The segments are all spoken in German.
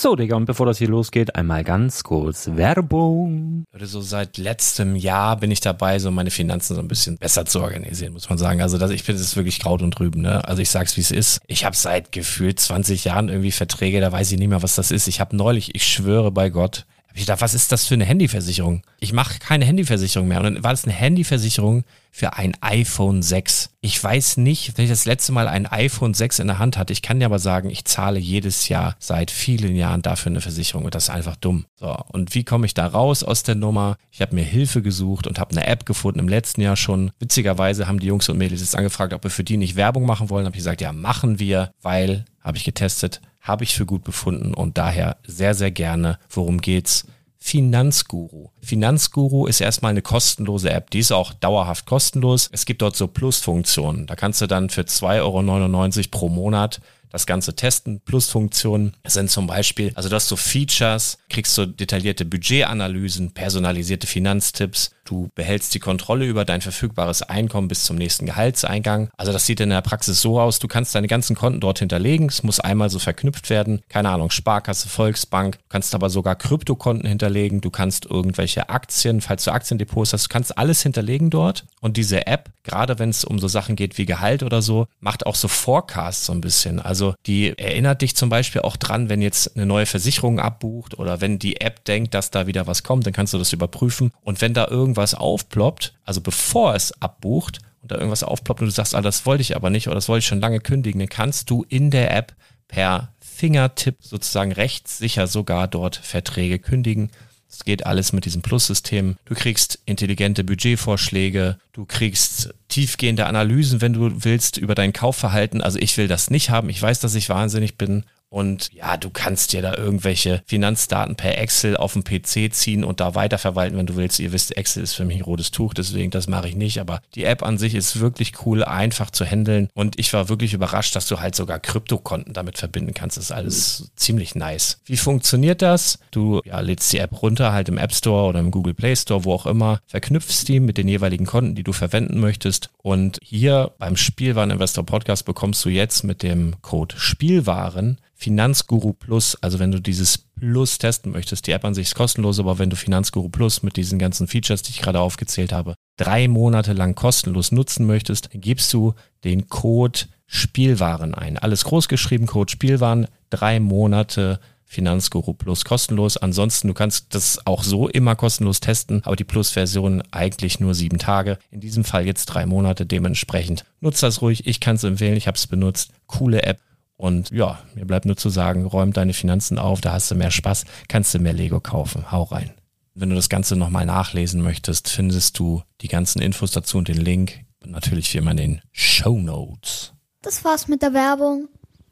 So, Digga, und bevor das hier losgeht, einmal ganz kurz Werbung. So seit letztem Jahr bin ich dabei, so meine Finanzen so ein bisschen besser zu organisieren, muss man sagen. Also ich finde, das ist wirklich Kraut und Rüben, ne? Also ich sag's, wie es ist. Ich habe seit gefühlt 20 Jahren irgendwie Verträge, da weiß ich nicht mehr, was das ist. Ich habe neulich, ich schwöre bei Gott, ich dachte, was ist das für eine Handyversicherung? Ich mache keine Handyversicherung mehr. Und dann war das eine Handyversicherung für ein iPhone 6. Ich weiß nicht, wenn ich das letzte Mal ein iPhone 6 in der Hand hatte. Ich kann dir aber sagen, ich zahle jedes Jahr seit vielen Jahren dafür eine Versicherung. Und das ist einfach dumm. So, und wie komme ich da raus aus der Nummer? Ich habe mir Hilfe gesucht und habe eine App gefunden im letzten Jahr schon. Witzigerweise haben die Jungs und Mädels jetzt angefragt, ob wir für die nicht Werbung machen wollen. Habe ich gesagt, ja, machen wir, weil, habe ich getestet, habe ich für gut befunden und daher sehr, sehr gerne. Worum geht's? Finanzguru. Finanzguru ist erstmal eine kostenlose App. Die ist auch dauerhaft kostenlos. Es gibt dort so Plusfunktionen. Da kannst du dann für 2,99 € pro Monat das Ganze testen. Plusfunktionen sind zum Beispiel, also du hast so Features, kriegst so detaillierte Budgetanalysen, personalisierte Finanztipps, du behältst die Kontrolle über dein verfügbares Einkommen bis zum nächsten Gehaltseingang. Also das sieht in der Praxis so aus, du kannst deine ganzen Konten dort hinterlegen, es muss einmal so verknüpft werden, keine Ahnung, Sparkasse, Volksbank, du kannst aber sogar Kryptokonten hinterlegen, du kannst irgendwelche Aktien, falls du Aktiendepots hast, du kannst alles hinterlegen dort und diese App, gerade wenn es um so Sachen geht wie Gehalt oder so, macht auch so Forecasts so ein bisschen, also die erinnert dich zum Beispiel auch dran, wenn jetzt eine neue Versicherung abbucht oder wenn die App denkt, dass da wieder was kommt, dann kannst du das überprüfen und wenn da irgendwas aufploppt, also bevor es abbucht und da irgendwas aufploppt und du sagst, das wollte ich aber nicht oder das wollte ich schon lange kündigen, dann kannst du in der App per Fingertipp sozusagen rechtssicher sogar dort Verträge kündigen. Das geht alles mit diesem Plus-System. Du kriegst intelligente Budgetvorschläge, du kriegst tiefgehende Analysen, wenn du willst, über dein Kaufverhalten. Also ich will das nicht haben. Ich weiß, dass ich wahnsinnig bin. Und ja, du kannst dir da irgendwelche Finanzdaten per Excel auf dem PC ziehen und da weiterverwalten, wenn du willst. Ihr wisst, Excel ist für mich ein rotes Tuch, deswegen das mache ich nicht. Aber die App an sich ist wirklich cool, einfach zu handeln. Und ich war wirklich überrascht, dass du halt sogar Kryptokonten damit verbinden kannst. Das ist alles ziemlich nice. Wie funktioniert das? Du lädst die App runter, halt im App Store oder im Google Play Store, wo auch immer, verknüpfst die mit den jeweiligen Konten, die du verwenden möchtest. Und hier beim Spielwareninvestor Podcast bekommst du jetzt mit dem Code Spielwaren Finanzguru Plus, also wenn du dieses Plus testen möchtest, die App an sich ist kostenlos, aber wenn du Finanzguru Plus mit diesen ganzen Features, die ich gerade aufgezählt habe, 3 Monate lang kostenlos nutzen möchtest, dann gibst du den Code Spielwaren ein. Alles groß geschrieben, Code Spielwaren, 3 Monate Finanzguru Plus kostenlos. Ansonsten, du kannst das auch so immer kostenlos testen, aber die Plus-Version eigentlich nur 7 Tage. In diesem Fall jetzt 3 Monate, dementsprechend nutzt das ruhig. Ich kann es empfehlen, ich habe es benutzt. Coole App. Und ja, mir bleibt nur zu sagen, räum deine Finanzen auf, da hast du mehr Spaß, kannst du mehr Lego kaufen. Hau rein. Wenn du das Ganze nochmal nachlesen möchtest, findest du die ganzen Infos dazu und den Link. Und natürlich wie immer in den Shownotes. Das war's mit der Werbung.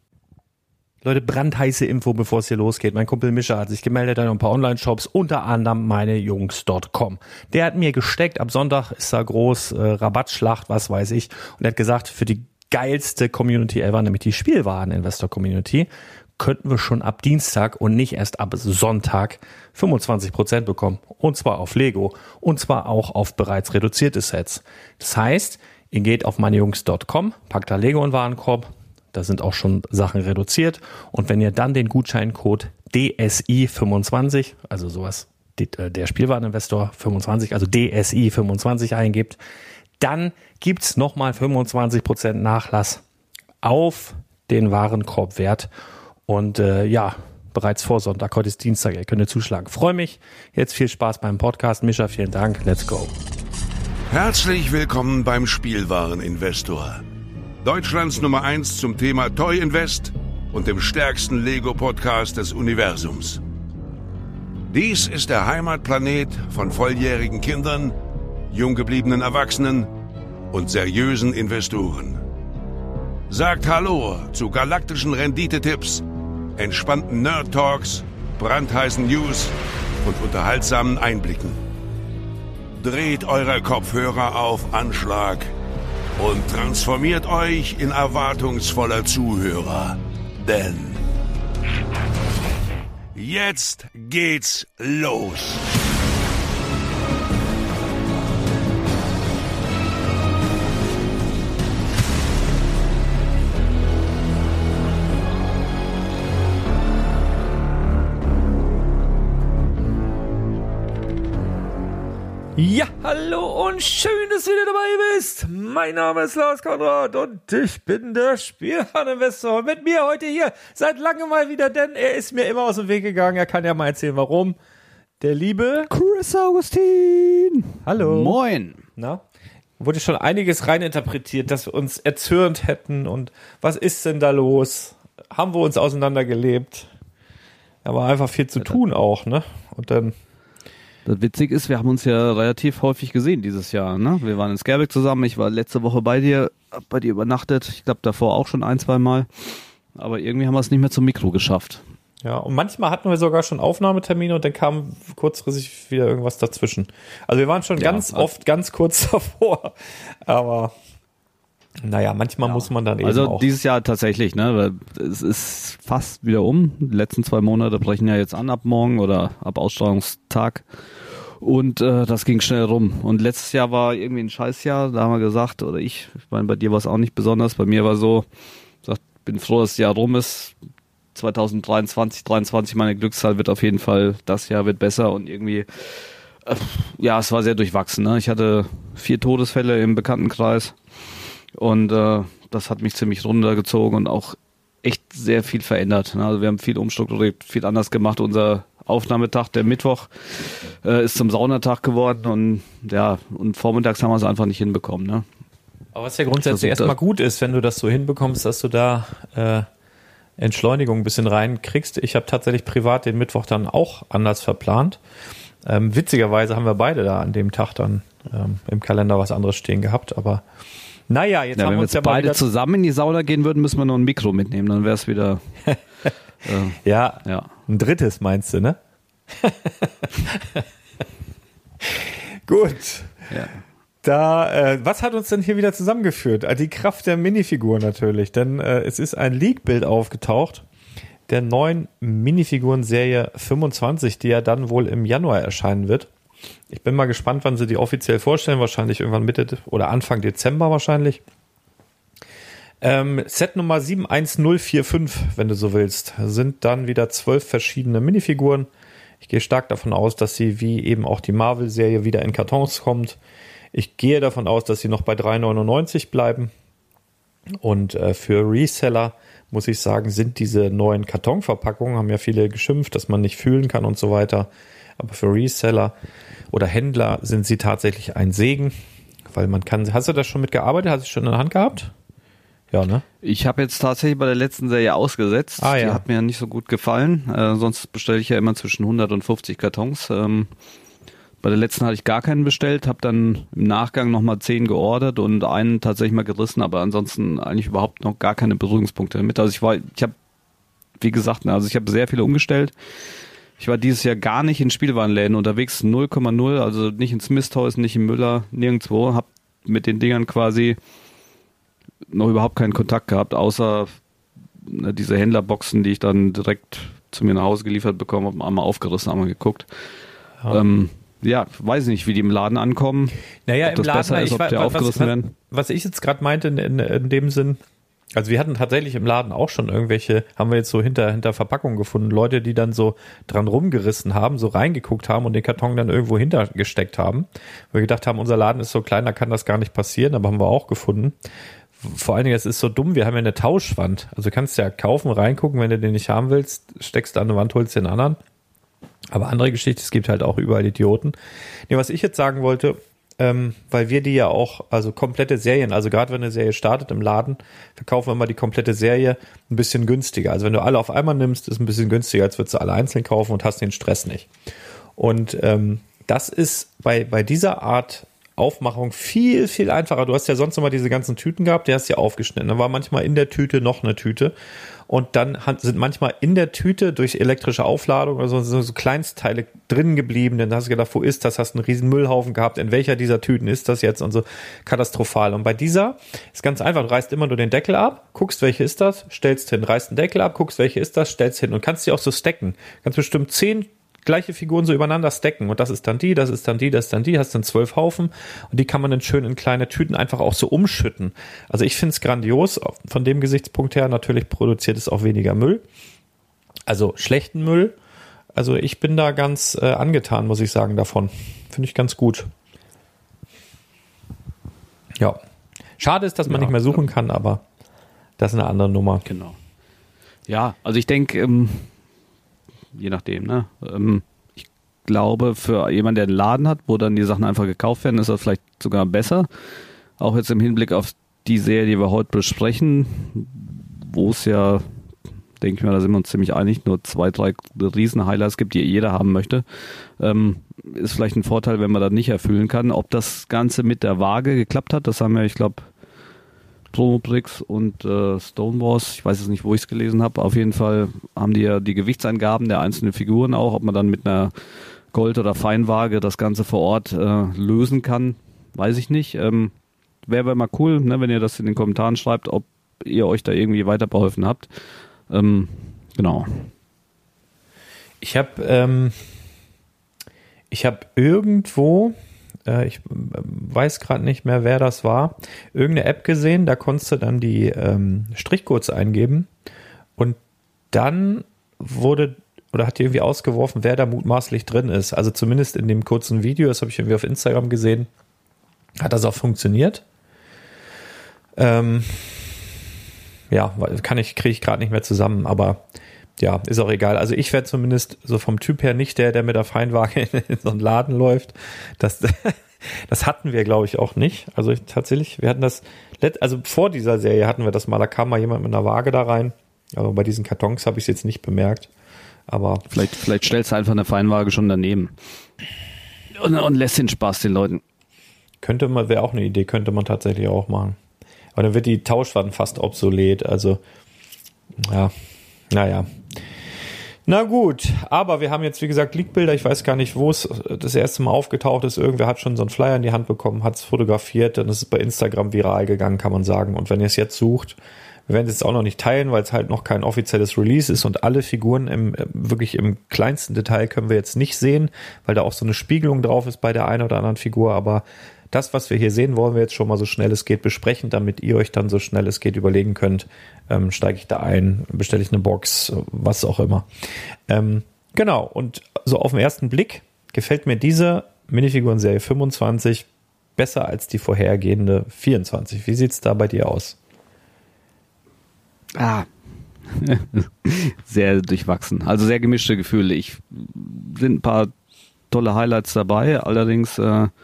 Leute, brandheiße Info, bevor es hier losgeht. Mein Kumpel Mischa hat sich gemeldet, hat noch ein paar Online-Shops, unter anderem meinejungs.com. Der hat mir gesteckt, ab Sonntag ist da groß, Rabattschlacht, was weiß ich. Und er hat gesagt, für die geilste Community ever, nämlich die Spielwaren-Investor-Community, könnten wir schon ab Dienstag und nicht erst ab Sonntag 25% bekommen. Und zwar auf Lego und zwar auch auf bereits reduzierte Sets. Das heißt, ihr geht auf meinejungs.com, packt da Lego in den Warenkorb, da sind auch schon Sachen reduziert und wenn ihr dann den Gutscheincode DSI25, also sowas, der Spielwareninvestor 25, also DSI25 eingibt, dann gibt's nochmal 25% Nachlass auf den Warenkorbwert. Und bereits vor Sonntag, heute ist Dienstag, ihr könnt ihr zuschlagen. Freue mich. Jetzt viel Spaß beim Podcast. Mischa, vielen Dank. Let's go. Herzlich willkommen beim Spielwareninvestor. Deutschlands Nummer 1 zum Thema Toy Invest und dem stärksten Lego-Podcast des Universums. Dies ist der Heimatplanet von volljährigen Kindern, jung gebliebenen Erwachsenen und seriösen Investoren. Sagt Hallo zu galaktischen Renditetipps, entspannten Nerd-Talks, brandheißen News und unterhaltsamen Einblicken. Dreht eure Kopfhörer auf Anschlag und transformiert euch in erwartungsvoller Zuhörer. Denn jetzt geht's los. Ja, hallo und schön, dass du wieder dabei bist. Mein Name ist Lars Konrad und ich bin der Spielwareninvestor. Mit mir heute hier seit langem mal wieder, denn er ist mir immer aus dem Weg gegangen. Er kann ja mal erzählen, warum. Der liebe Chris Augustin. Hallo. Moin. Na? Wurde schon einiges reininterpretiert, dass wir uns erzürnt hätten und was ist denn da los? Haben wir uns auseinandergelebt? Aber einfach viel zu tun auch, ne? Und dann... Das Witzige ist, wir haben uns ja relativ häufig gesehen dieses Jahr, ne? Wir waren in Skerbeck zusammen, ich war letzte Woche bei dir, hab bei dir übernachtet, ich glaube davor auch schon 1-2 Mal, aber irgendwie haben wir es nicht mehr zum Mikro geschafft. Ja, und manchmal hatten wir sogar schon Aufnahmetermine und dann kam kurzfristig wieder irgendwas dazwischen. Also wir waren schon ganz oft ganz kurz davor, aber naja, manchmal muss man dann eben also auch. Dieses Jahr tatsächlich, ne? Weil es ist fast wieder um. Die letzten 2 Monate brechen ja jetzt an ab morgen oder ab Ausstrahlungstag. Und das ging schnell rum. Und letztes Jahr war irgendwie ein Scheißjahr. Da haben wir gesagt, oder ich meine, bei dir war es auch nicht besonders. Bei mir war so, ich bin froh, dass das Jahr rum ist. 2023, meine Glückszahl wird auf jeden Fall, das Jahr wird besser. Und irgendwie, ja, es war sehr durchwachsen. Ne? Ich hatte 4 Todesfälle im Bekanntenkreis. Und das hat mich ziemlich runtergezogen und auch echt sehr viel verändert. Also wir haben viel umstrukturiert, viel anders gemacht. Unser Aufnahmetag, der Mittwoch, ist zum Saunatag geworden und ja, und vormittags haben wir es einfach nicht hinbekommen. Ne? Aber was ja grundsätzlich erstmal gut ist, wenn du das so hinbekommst, dass du da Entschleunigung ein bisschen reinkriegst. Ich habe tatsächlich privat den Mittwoch dann auch anders verplant. Witzigerweise haben wir beide da an dem Tag dann im Kalender was anderes stehen gehabt, aber naja, jetzt haben wir uns ja beide zusammen in die Sauna gehen würden, müssen wir noch ein Mikro mitnehmen, dann wäre es wieder... ja, ein drittes meinst du, ne? Gut. Ja. Da, was hat uns denn hier wieder zusammengeführt? Die Kraft der Minifigur natürlich, denn es ist ein Leak-Bild aufgetaucht der neuen Minifiguren-Serie 25, die ja dann wohl im Januar erscheinen wird. Ich bin mal gespannt, wann sie die offiziell vorstellen. Wahrscheinlich irgendwann Mitte oder Anfang Dezember wahrscheinlich. Set Nummer 71045, wenn du so willst, sind dann wieder 12 verschiedene Minifiguren. Ich gehe stark davon aus, dass sie wie eben auch die Marvel-Serie wieder in Kartons kommt. Ich gehe davon aus, dass sie noch bei 3,99 bleiben. Und für Reseller muss ich sagen, sind diese neuen Kartonverpackungen, haben ja viele geschimpft, dass man nicht fühlen kann und so weiter. Aber für Reseller oder Händler sind sie tatsächlich ein Segen, weil man kann. Hast du das schon mitgearbeitet? Hast du es schon in der Hand gehabt? Ja, ne? Ich habe jetzt tatsächlich bei der letzten Serie ausgesetzt. Ja. Die hat mir nicht so gut gefallen. Sonst bestelle ich ja immer zwischen 100 und 50 Kartons. Bei der letzten hatte ich gar keinen bestellt, habe dann im Nachgang nochmal 10 geordert und einen tatsächlich mal gerissen, aber ansonsten eigentlich überhaupt noch gar keine Berührungspunkte damit. Also ich habe, wie gesagt, also ich habe sehr viele umgestellt. Ich war dieses Jahr gar nicht in Spielwarenläden unterwegs, 0,0, also nicht in Smith Toys, nicht in Müller, nirgendwo. Hab mit den Dingern quasi noch überhaupt keinen Kontakt gehabt, außer diese Händlerboxen, die ich dann direkt zu mir nach Hause geliefert bekommen habe, einmal aufgerissen, einmal geguckt. Ja. Weiß nicht, wie die im Laden ankommen. Naja, ob das im Laden, besser ist, ob die aufgerissen werden. Was ich jetzt gerade meinte in dem Sinn, also wir hatten tatsächlich im Laden auch schon irgendwelche, haben wir jetzt so hinter Verpackungen gefunden, Leute, die dann so dran rumgerissen haben, so reingeguckt haben und den Karton dann irgendwo hintergesteckt haben. Wir gedacht haben, unser Laden ist so klein, da kann das gar nicht passieren, aber haben wir auch gefunden. Vor allen Dingen, es ist so dumm, wir haben ja eine Tauschwand. Also kannst ja kaufen, reingucken, wenn du den nicht haben willst, steckst du an eine Wand, holst den anderen. Aber andere Geschichte, es gibt halt auch überall Idioten. Nee, was ich jetzt sagen wollte, weil wir die ja auch, also komplette Serien, also gerade wenn eine Serie startet im Laden, verkaufen wir immer die komplette Serie ein bisschen günstiger. Also wenn du alle auf einmal nimmst, ist ein bisschen günstiger, als würdest du alle einzeln kaufen und hast den Stress nicht. Und das ist bei dieser Art Aufmachung viel, viel einfacher. Du hast ja sonst immer diese ganzen Tüten gehabt, die hast du ja aufgeschnitten. Dann war manchmal in der Tüte noch eine Tüte. Und dann sind manchmal in der Tüte durch elektrische Aufladung oder so Kleinstteile drin geblieben. Dann hast du gedacht, wo ist das? Hast einen riesen Müllhaufen gehabt. In welcher dieser Tüten ist das jetzt? Und so katastrophal. Und bei dieser ist ganz einfach. Du reißt immer nur den Deckel ab, guckst, welche ist das, stellst hin. Reißt den Deckel ab, guckst, welche ist das, stellst hin. Und kannst die auch so stacken. Ganz bestimmt 10 gleiche Figuren so übereinander stacken. Und das ist dann die, das ist dann die, das ist dann die. Hast dann 12 Haufen. Und die kann man dann schön in kleine Tüten einfach auch so umschütten. Also ich finde es grandios. Von dem Gesichtspunkt her natürlich produziert es auch weniger Müll. Also schlechten Müll. Also ich bin da ganz angetan, muss ich sagen, davon. Finde ich ganz gut. Ja. Schade ist, dass man nicht mehr suchen kann, aber das ist eine andere Nummer. Genau. Ja, also ich denke, je nachdem, ne? Ich glaube, für jemanden, der einen Laden hat, wo dann die Sachen einfach gekauft werden, ist das vielleicht sogar besser. Auch jetzt im Hinblick auf die Serie, die wir heute besprechen, wo es ja, denke ich mal, da sind wir uns ziemlich einig, nur 2, 3 Riesen-Highlights gibt, die jeder haben möchte. Ist vielleicht ein Vorteil, wenn man das nicht erfüllen kann. Ob das Ganze mit der Waage geklappt hat, das haben ja, ich glaube, Promobrix und Stonewalls, ich weiß jetzt nicht, wo ich es gelesen habe, auf jeden Fall haben die ja die Gewichtsangaben der einzelnen Figuren auch, ob man dann mit einer Gold- oder Feinwaage das Ganze vor Ort lösen kann, weiß ich nicht. Wäre mal cool, ne, wenn ihr das in den Kommentaren schreibt, ob ihr euch da irgendwie weitergeholfen habt. Genau. Ich habe irgendwo, ich weiß gerade nicht mehr, wer das war, irgendeine App gesehen, da konntest du dann die Strichcodes eingeben und dann hat die irgendwie ausgeworfen, wer da mutmaßlich drin ist. Also zumindest in dem kurzen Video, das habe ich irgendwie auf Instagram gesehen, hat das auch funktioniert. Kriege ich gerade nicht mehr zusammen, aber ja, ist auch egal. Also ich wäre zumindest so vom Typ her nicht der mit der Feinwaage in so einen Laden läuft. Das hatten wir, glaube ich, auch nicht. Also tatsächlich, wir hatten das, also vor dieser Serie hatten wir das mal, da kam mal jemand mit einer Waage da rein. Aber bei diesen Kartons habe ich es jetzt nicht bemerkt. Aber vielleicht stellst du einfach eine Feinwaage schon daneben. Und lässt den Spaß den Leuten. Wäre auch eine Idee, könnte man tatsächlich auch machen. Aber dann wird die Tauschwand fast obsolet. Also, ja, naja. Na gut, aber wir haben jetzt, wie gesagt, Leakbilder. Ich weiß gar nicht, wo es das erste Mal aufgetaucht ist. Irgendwer hat schon so einen Flyer in die Hand bekommen, hat es fotografiert, dann ist es bei Instagram viral gegangen, kann man sagen. Und wenn ihr es jetzt sucht, wir werden es jetzt auch noch nicht teilen, weil es halt noch kein offizielles Release ist und alle Figuren wirklich im kleinsten Detail können wir jetzt nicht sehen, weil da auch so eine Spiegelung drauf ist bei der einen oder anderen Figur. Aber das, was wir hier sehen, wollen wir jetzt schon mal so schnell es geht besprechen, damit ihr euch dann so schnell es geht überlegen könnt, steige ich da ein, bestelle ich eine Box, was auch immer. Genau, und so auf den ersten Blick gefällt mir diese Minifiguren-Serie 25 besser als die vorhergehende 24. Wie sieht's da bei dir aus? Sehr durchwachsen. Also sehr gemischte Gefühle. Sind ein paar tolle Highlights dabei, allerdings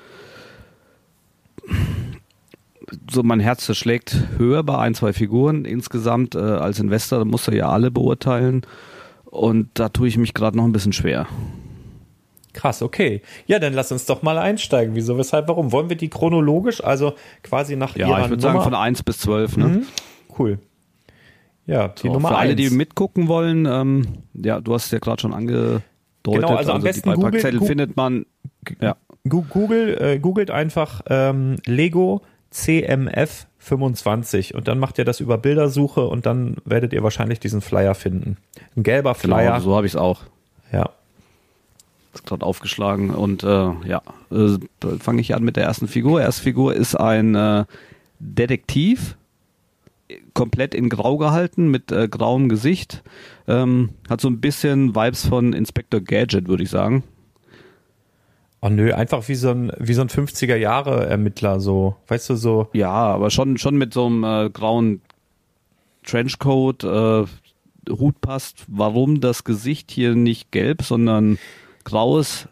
so mein Herz zerschlägt höher bei 1, 2 Figuren. Insgesamt als Investor musst du ja alle beurteilen und da tue ich mich gerade noch ein bisschen schwer. Krass, okay. Ja, dann lass uns doch mal einsteigen. Wieso, weshalb, warum? Wollen wir die chronologisch, also quasi nach ihrer Nummer? Ja, ich würde sagen von 1 bis 12. Ne? Cool. Ja, die so, Nummer 1. Für alle, die mitgucken wollen, ja, du hast es ja gerade schon angedeutet. Genau, also am besten die Beipackzettel findet man. Ja. Googelt einfach Lego CMF 25 und dann macht ihr das über Bildersuche und dann werdet ihr wahrscheinlich diesen Flyer finden. Ein gelber Flyer. Genau, so habe ich es auch. Ja. Das ist gerade aufgeschlagen und fange ich an mit der ersten Figur. Erste Figur ist ein Detektiv, komplett in Grau gehalten, mit grauem Gesicht. Hat so ein bisschen Vibes von Inspector Gadget, würde ich sagen. Oh nö, einfach wie so ein 50er-Jahre-Ermittler, so, weißt du, so. Ja, aber schon mit so einem grauen Trenchcoat, Hut passt. Warum das Gesicht hier nicht gelb, sondern graues,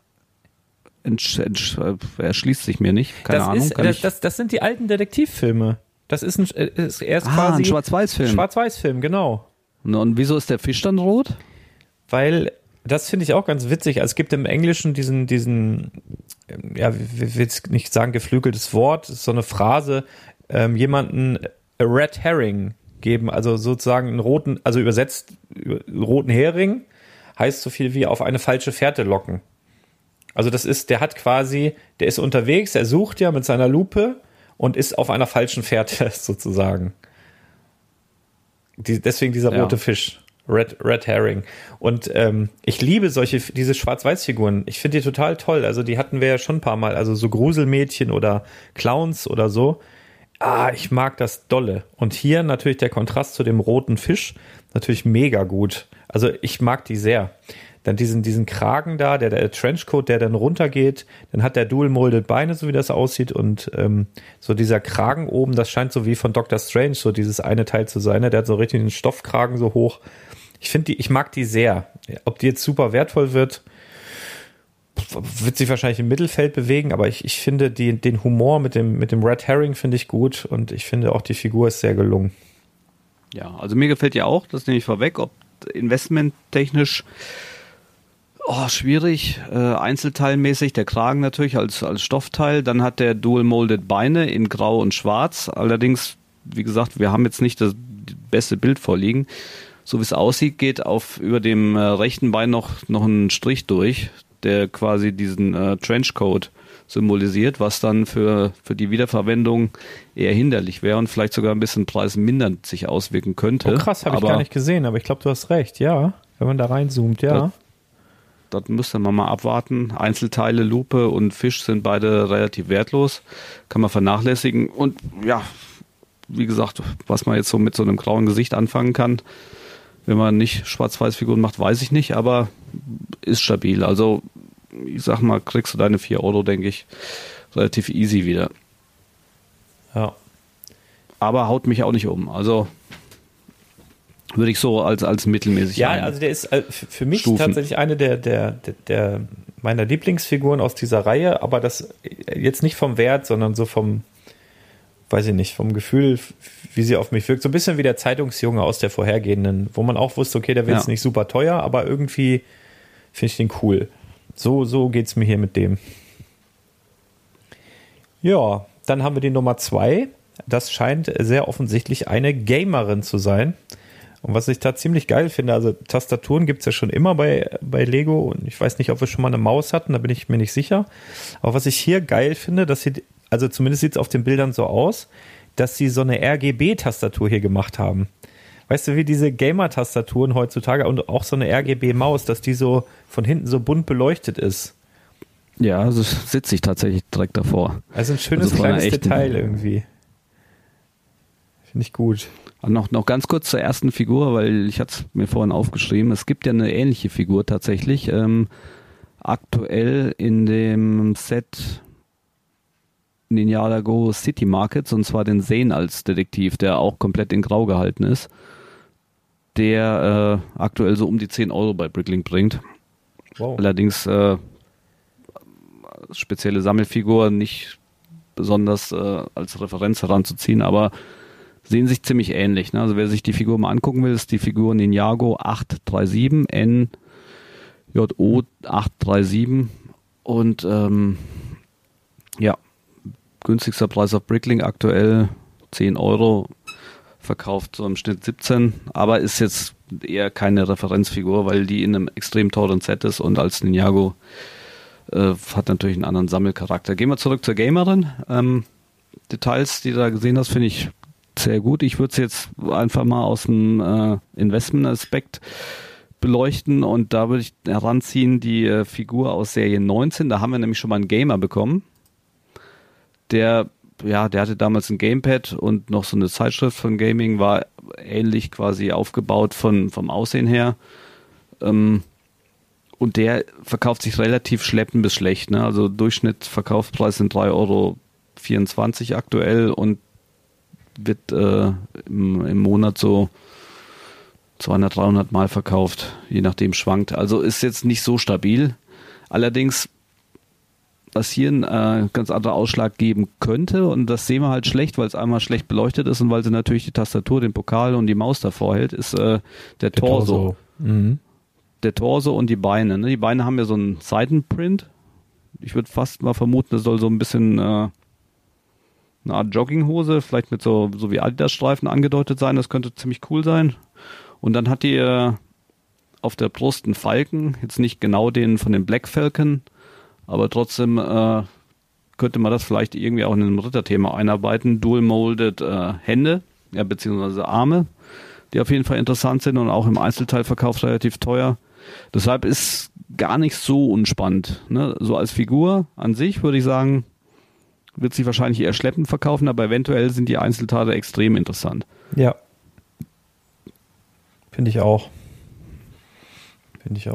erschließt sich mir nicht. Keine Ahnung. Das sind die alten Detektivfilme. Das ist erst quasi ein Schwarz-Weiß-Film. Schwarz-Weiß-Film, genau. Und wieso ist der Fisch dann rot? Weil, das finde ich auch ganz witzig. Also es gibt im Englischen diesen, ja, ich will jetzt nicht sagen geflügeltes Wort, ist so eine Phrase, jemanden a red herring geben, also sozusagen einen roten, also übersetzt roten Hering, heißt so viel wie auf eine falsche Fährte locken. Also der ist unterwegs, er sucht ja mit seiner Lupe und ist auf einer falschen Fährte sozusagen. Deswegen dieser rote Fisch. Red Herring. Und ich liebe diese Schwarz-Weiß-Figuren. Ich finde die total toll. Also die hatten wir ja schon ein paar Mal. Also so Gruselmädchen oder Clowns oder so. Ich mag das dolle. Und hier natürlich der Kontrast zu dem roten Fisch. Natürlich mega gut. Also ich mag die sehr. Dann diesen Kragen da, der Trenchcoat, der dann runtergeht. Dann hat der Dual-Molded Beine, so wie das aussieht. Und so dieser Kragen oben, das scheint so wie von Doctor Strange, so dieses eine Teil zu sein. Ne? Der hat so richtig einen Stoffkragen so hoch. Ich mag die sehr. Ob die jetzt super wertvoll wird sich wahrscheinlich im Mittelfeld bewegen, aber ich finde den Humor mit dem Red Herring finde ich gut und ich finde auch die Figur ist sehr gelungen. Ja, also mir gefällt ja auch, das nehme ich vorweg, ob investmenttechnisch schwierig, einzelteilmäßig, der Kragen natürlich als Stoffteil, dann hat der Dual-Molded Beine in Grau und Schwarz, allerdings, wie gesagt, wir haben jetzt nicht das beste Bild vorliegen, so wie es aussieht, geht über dem rechten Bein noch ein Strich durch, der quasi diesen Trenchcoat symbolisiert, was dann für die Wiederverwendung eher hinderlich wäre und vielleicht sogar ein bisschen preismindernd sich auswirken könnte. Oh krass, habe ich gar nicht gesehen, aber ich glaube, du hast recht, ja, wenn man da reinzoomt, ja. Das müsste man mal abwarten. Einzelteile, Lupe und Fisch sind beide relativ wertlos, kann man vernachlässigen und ja, wie gesagt, was man jetzt so mit so einem grauen Gesicht anfangen kann, wenn man nicht Schwarz-Weiß-Figuren macht, weiß ich nicht, aber ist stabil. Also, ich sag mal, kriegst du deine 4 Euro, denke ich, relativ easy wieder. Ja. Aber haut mich auch nicht um. Also, würde ich so als mittelmäßig Ja, also der ist für mich tatsächlich eine der meiner Lieblingsfiguren aus dieser Reihe, aber das jetzt nicht vom Wert, sondern so vom, weiß ich nicht, vom Gefühl, wie sie auf mich wirkt. So ein bisschen wie der Zeitungsjunge aus der vorhergehenden, wo man auch wusste, okay, der wird jetzt nicht super teuer, aber irgendwie finde ich den cool. So geht's mir hier mit dem. Ja, dann haben wir die Nummer 2. Das scheint sehr offensichtlich eine Gamerin zu sein. Und was ich da ziemlich geil finde, also Tastaturen gibt's ja schon immer bei Lego und ich weiß nicht, ob wir schon mal eine Maus hatten, da bin ich mir nicht sicher. Aber was ich hier geil finde, dass sie, also zumindest sieht's auf den Bildern so aus, dass sie so eine RGB-Tastatur hier gemacht haben. Weißt du, wie diese Gamer-Tastaturen heutzutage und auch so eine RGB-Maus, dass die so von hinten so bunt beleuchtet ist. Ja, also sitze ich tatsächlich direkt davor. Also ein schönes kleines Detail irgendwie. Finde ich gut. Noch ganz kurz zur ersten Figur, weil ich hatte es mir vorhin aufgeschrieben. Es gibt ja eine ähnliche Figur tatsächlich. Aktuell in dem Set Ninjago City Markets, und zwar den Zane als Detektiv, der auch komplett in Grau gehalten ist, der aktuell so um die 10 Euro bei Bricklink bringt. Wow. Allerdings spezielle Sammelfigur, nicht besonders als Referenz heranzuziehen, aber sehen sich ziemlich ähnlich. Ne? Also wer sich die Figur mal angucken will, ist die Figur Ninjago 837, NJO 837 und günstigster Preis auf Bricklink aktuell 10 Euro, verkauft so im Schnitt 17, aber ist jetzt eher keine Referenzfigur, weil die in einem extrem teuren Set ist und als Ninjago hat natürlich einen anderen Sammelcharakter. Gehen wir zurück zur Gamerin. Details, die du da gesehen hast, finde ich sehr gut. Ich würde es jetzt einfach mal aus dem Investment-Aspekt beleuchten und da würde ich heranziehen die Figur aus Serie 19. Da haben wir nämlich schon mal einen Gamer bekommen. Der hatte damals ein Gamepad und noch so eine Zeitschrift von Gaming, war ähnlich quasi aufgebaut vom Aussehen her. Und der verkauft sich relativ schleppend bis schlecht. Ne? Also Durchschnittsverkaufspreis sind 3,24 Euro aktuell und wird im Monat so 200, 300 Mal verkauft, je nachdem schwankt. Also ist jetzt nicht so stabil. Allerdings, was hier einen ganz anderen Ausschlag geben könnte, und das sehen wir halt schlecht, weil es einmal schlecht beleuchtet ist und weil sie natürlich die Tastatur, den Pokal und die Maus davor hält, ist der Torso. Mhm. Der Torso und die Beine. Ne? Die Beine haben ja so einen Seitenprint. Ich würde fast mal vermuten, das soll so ein bisschen eine Art Jogginghose, vielleicht mit so wie Adidas-Streifen angedeutet sein. Das könnte ziemlich cool sein. Und dann hat die auf der Brust einen Falken, jetzt nicht genau den von dem Black Falcon, aber trotzdem könnte man das vielleicht irgendwie auch in einem Ritterthema einarbeiten. Dual-molded Hände, beziehungsweise Arme, die auf jeden Fall interessant sind und auch im Einzelteilverkauf relativ teuer. Deshalb ist gar nicht so unspannend. Ne? So als Figur an sich würde ich sagen, wird sich wahrscheinlich eher schleppend verkaufen, aber eventuell sind die Einzelteile extrem interessant. Ja. Finde ich auch.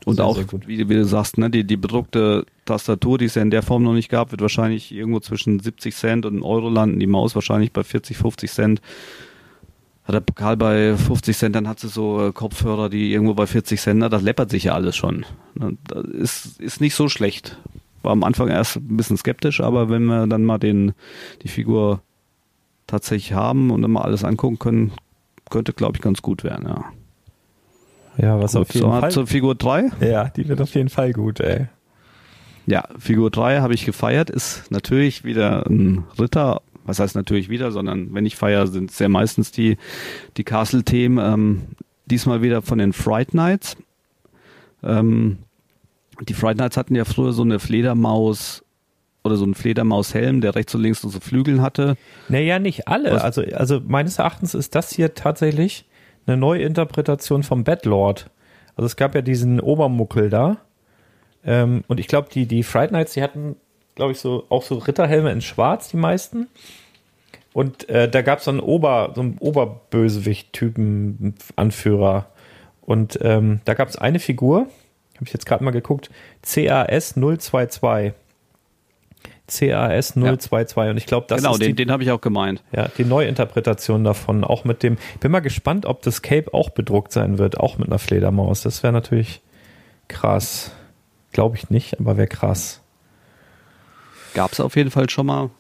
Und sehr, auch, sehr gut. wie du sagst, ne, die bedruckte Tastatur, die es ja in der Form noch nicht gab, wird wahrscheinlich irgendwo zwischen 70 Cent und 1 Euro landen. Die Maus wahrscheinlich bei 40, 50 Cent. Hat der Pokal bei 50 Cent, dann hat sie so Kopfhörer, die irgendwo bei 40 Cent, na, das läppert sich ja alles schon. Das ist nicht so schlecht. War am Anfang erst ein bisschen skeptisch, aber wenn wir dann mal die Figur tatsächlich haben und dann mal alles angucken können, könnte, glaube ich, ganz gut werden, ja. Ja, was auf jeden Fall. Zur Figur 3? Ja, die wird auf jeden Fall gut, ey. Ja, Figur 3 habe ich gefeiert, ist natürlich wieder ein Ritter. Was heißt natürlich wieder, sondern wenn ich feiere, sind es ja meistens die Castle-Themen. Diesmal wieder von den Fright Knights. Die Fright Knights hatten ja früher so eine Fledermaus oder so einen Fledermaushelm, der rechts und links so Flügeln hatte. Naja, nicht alle. Also meines Erachtens ist das hier tatsächlich eine Neuinterpretation vom Batlord. Also es gab ja diesen Obermuckel da. Und ich glaube, die Fright Knights, die hatten, glaube ich, auch so Ritterhelme in Schwarz, die meisten. Und da gab es so einen Oberbösewicht-Typen, Anführer. Und da gab es eine Figur, habe ich jetzt gerade mal geguckt, CAS 022. CAS 022. Ja. Und ich glaube, das genau, ist den habe ich auch gemeint. Ja, die Neuinterpretation davon, auch mit dem, ich bin mal gespannt, ob das Cape auch bedruckt sein wird, auch mit einer Fledermaus. Das wäre natürlich krass. Glaube ich nicht, aber wäre krass. Gab es auf jeden Fall schon mal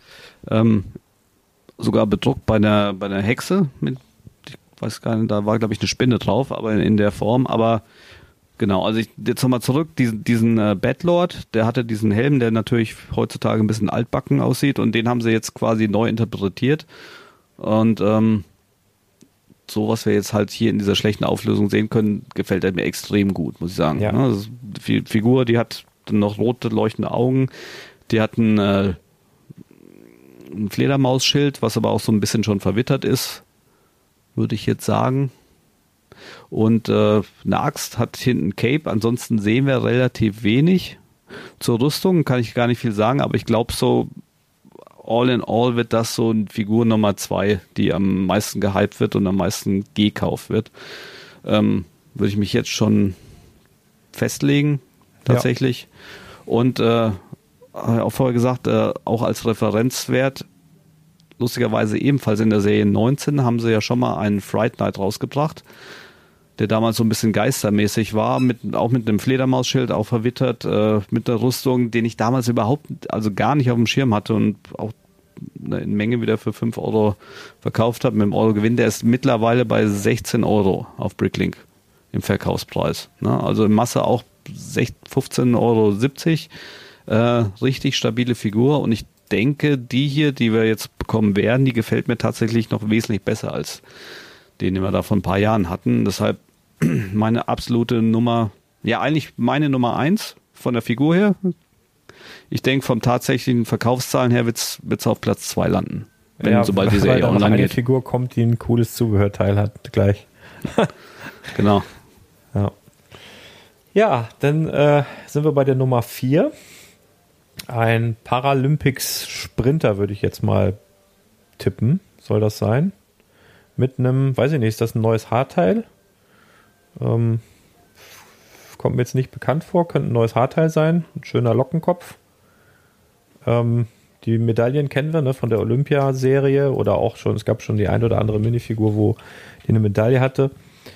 sogar bedruckt bei einer Hexe mit, ich weiß gar nicht, da war glaube ich eine Spinne drauf, aber in der Form, aber genau, also jetzt nochmal zurück, diesen Batlord, der hatte diesen Helm, der natürlich heutzutage ein bisschen altbacken aussieht und den haben sie jetzt quasi neu interpretiert und so, was wir jetzt halt hier in dieser schlechten Auflösung sehen können, gefällt er mir extrem gut, muss ich sagen. Ja. Also die Figur, die hat noch rote, leuchtende Augen, die hat ein Fledermausschild, was aber auch so ein bisschen schon verwittert ist, würde ich jetzt sagen. Und eine Axt hat hinten Cape, ansonsten sehen wir relativ wenig. Zur Rüstung kann ich gar nicht viel sagen, aber ich glaube so, all in all wird das so eine Figur Nummer 2, die am meisten gehypt wird und am meisten gekauft wird. Würde ich mich jetzt schon festlegen, tatsächlich. Ja. Und auch vorher gesagt, auch als Referenzwert, lustigerweise ebenfalls in der Serie 19 haben sie ja schon mal einen Fright Knight rausgebracht, der damals so ein bisschen geistermäßig war, auch mit einem Fledermausschild, auch verwittert, mit der Rüstung, den ich damals also gar nicht auf dem Schirm hatte und auch in Menge wieder für 5 Euro verkauft habe mit dem Euro-Gewinn. Der ist mittlerweile bei 16 Euro auf Bricklink im Verkaufspreis. Ne? Also in Masse auch 15,70 Euro. Richtig stabile Figur und ich denke, die hier, die wir jetzt bekommen werden, die gefällt mir tatsächlich noch wesentlich besser als den wir da vor ein paar Jahren hatten. Deshalb meine absolute Nummer, ja eigentlich meine Nummer 1 von der Figur her. Ich denke, vom tatsächlichen Verkaufszahlen her wird's auf Platz 2 landen. Sobald die Serie online geht. Figur kommt, die ein cooles Zubehörteil hat, gleich. Genau. Ja, dann sind wir bei der Nummer 4. Ein Paralympics Sprinter würde ich jetzt mal tippen. Soll das sein? Mit einem, weiß ich nicht, ist das ein neues Haarteil? Kommt mir jetzt nicht bekannt vor, könnte ein neues Haarteil sein. Ein schöner Lockenkopf. Die Medaillen kennen wir, ne, von der Olympia-Serie oder auch schon, es gab schon die ein oder andere Minifigur, wo die eine Medaille hatte.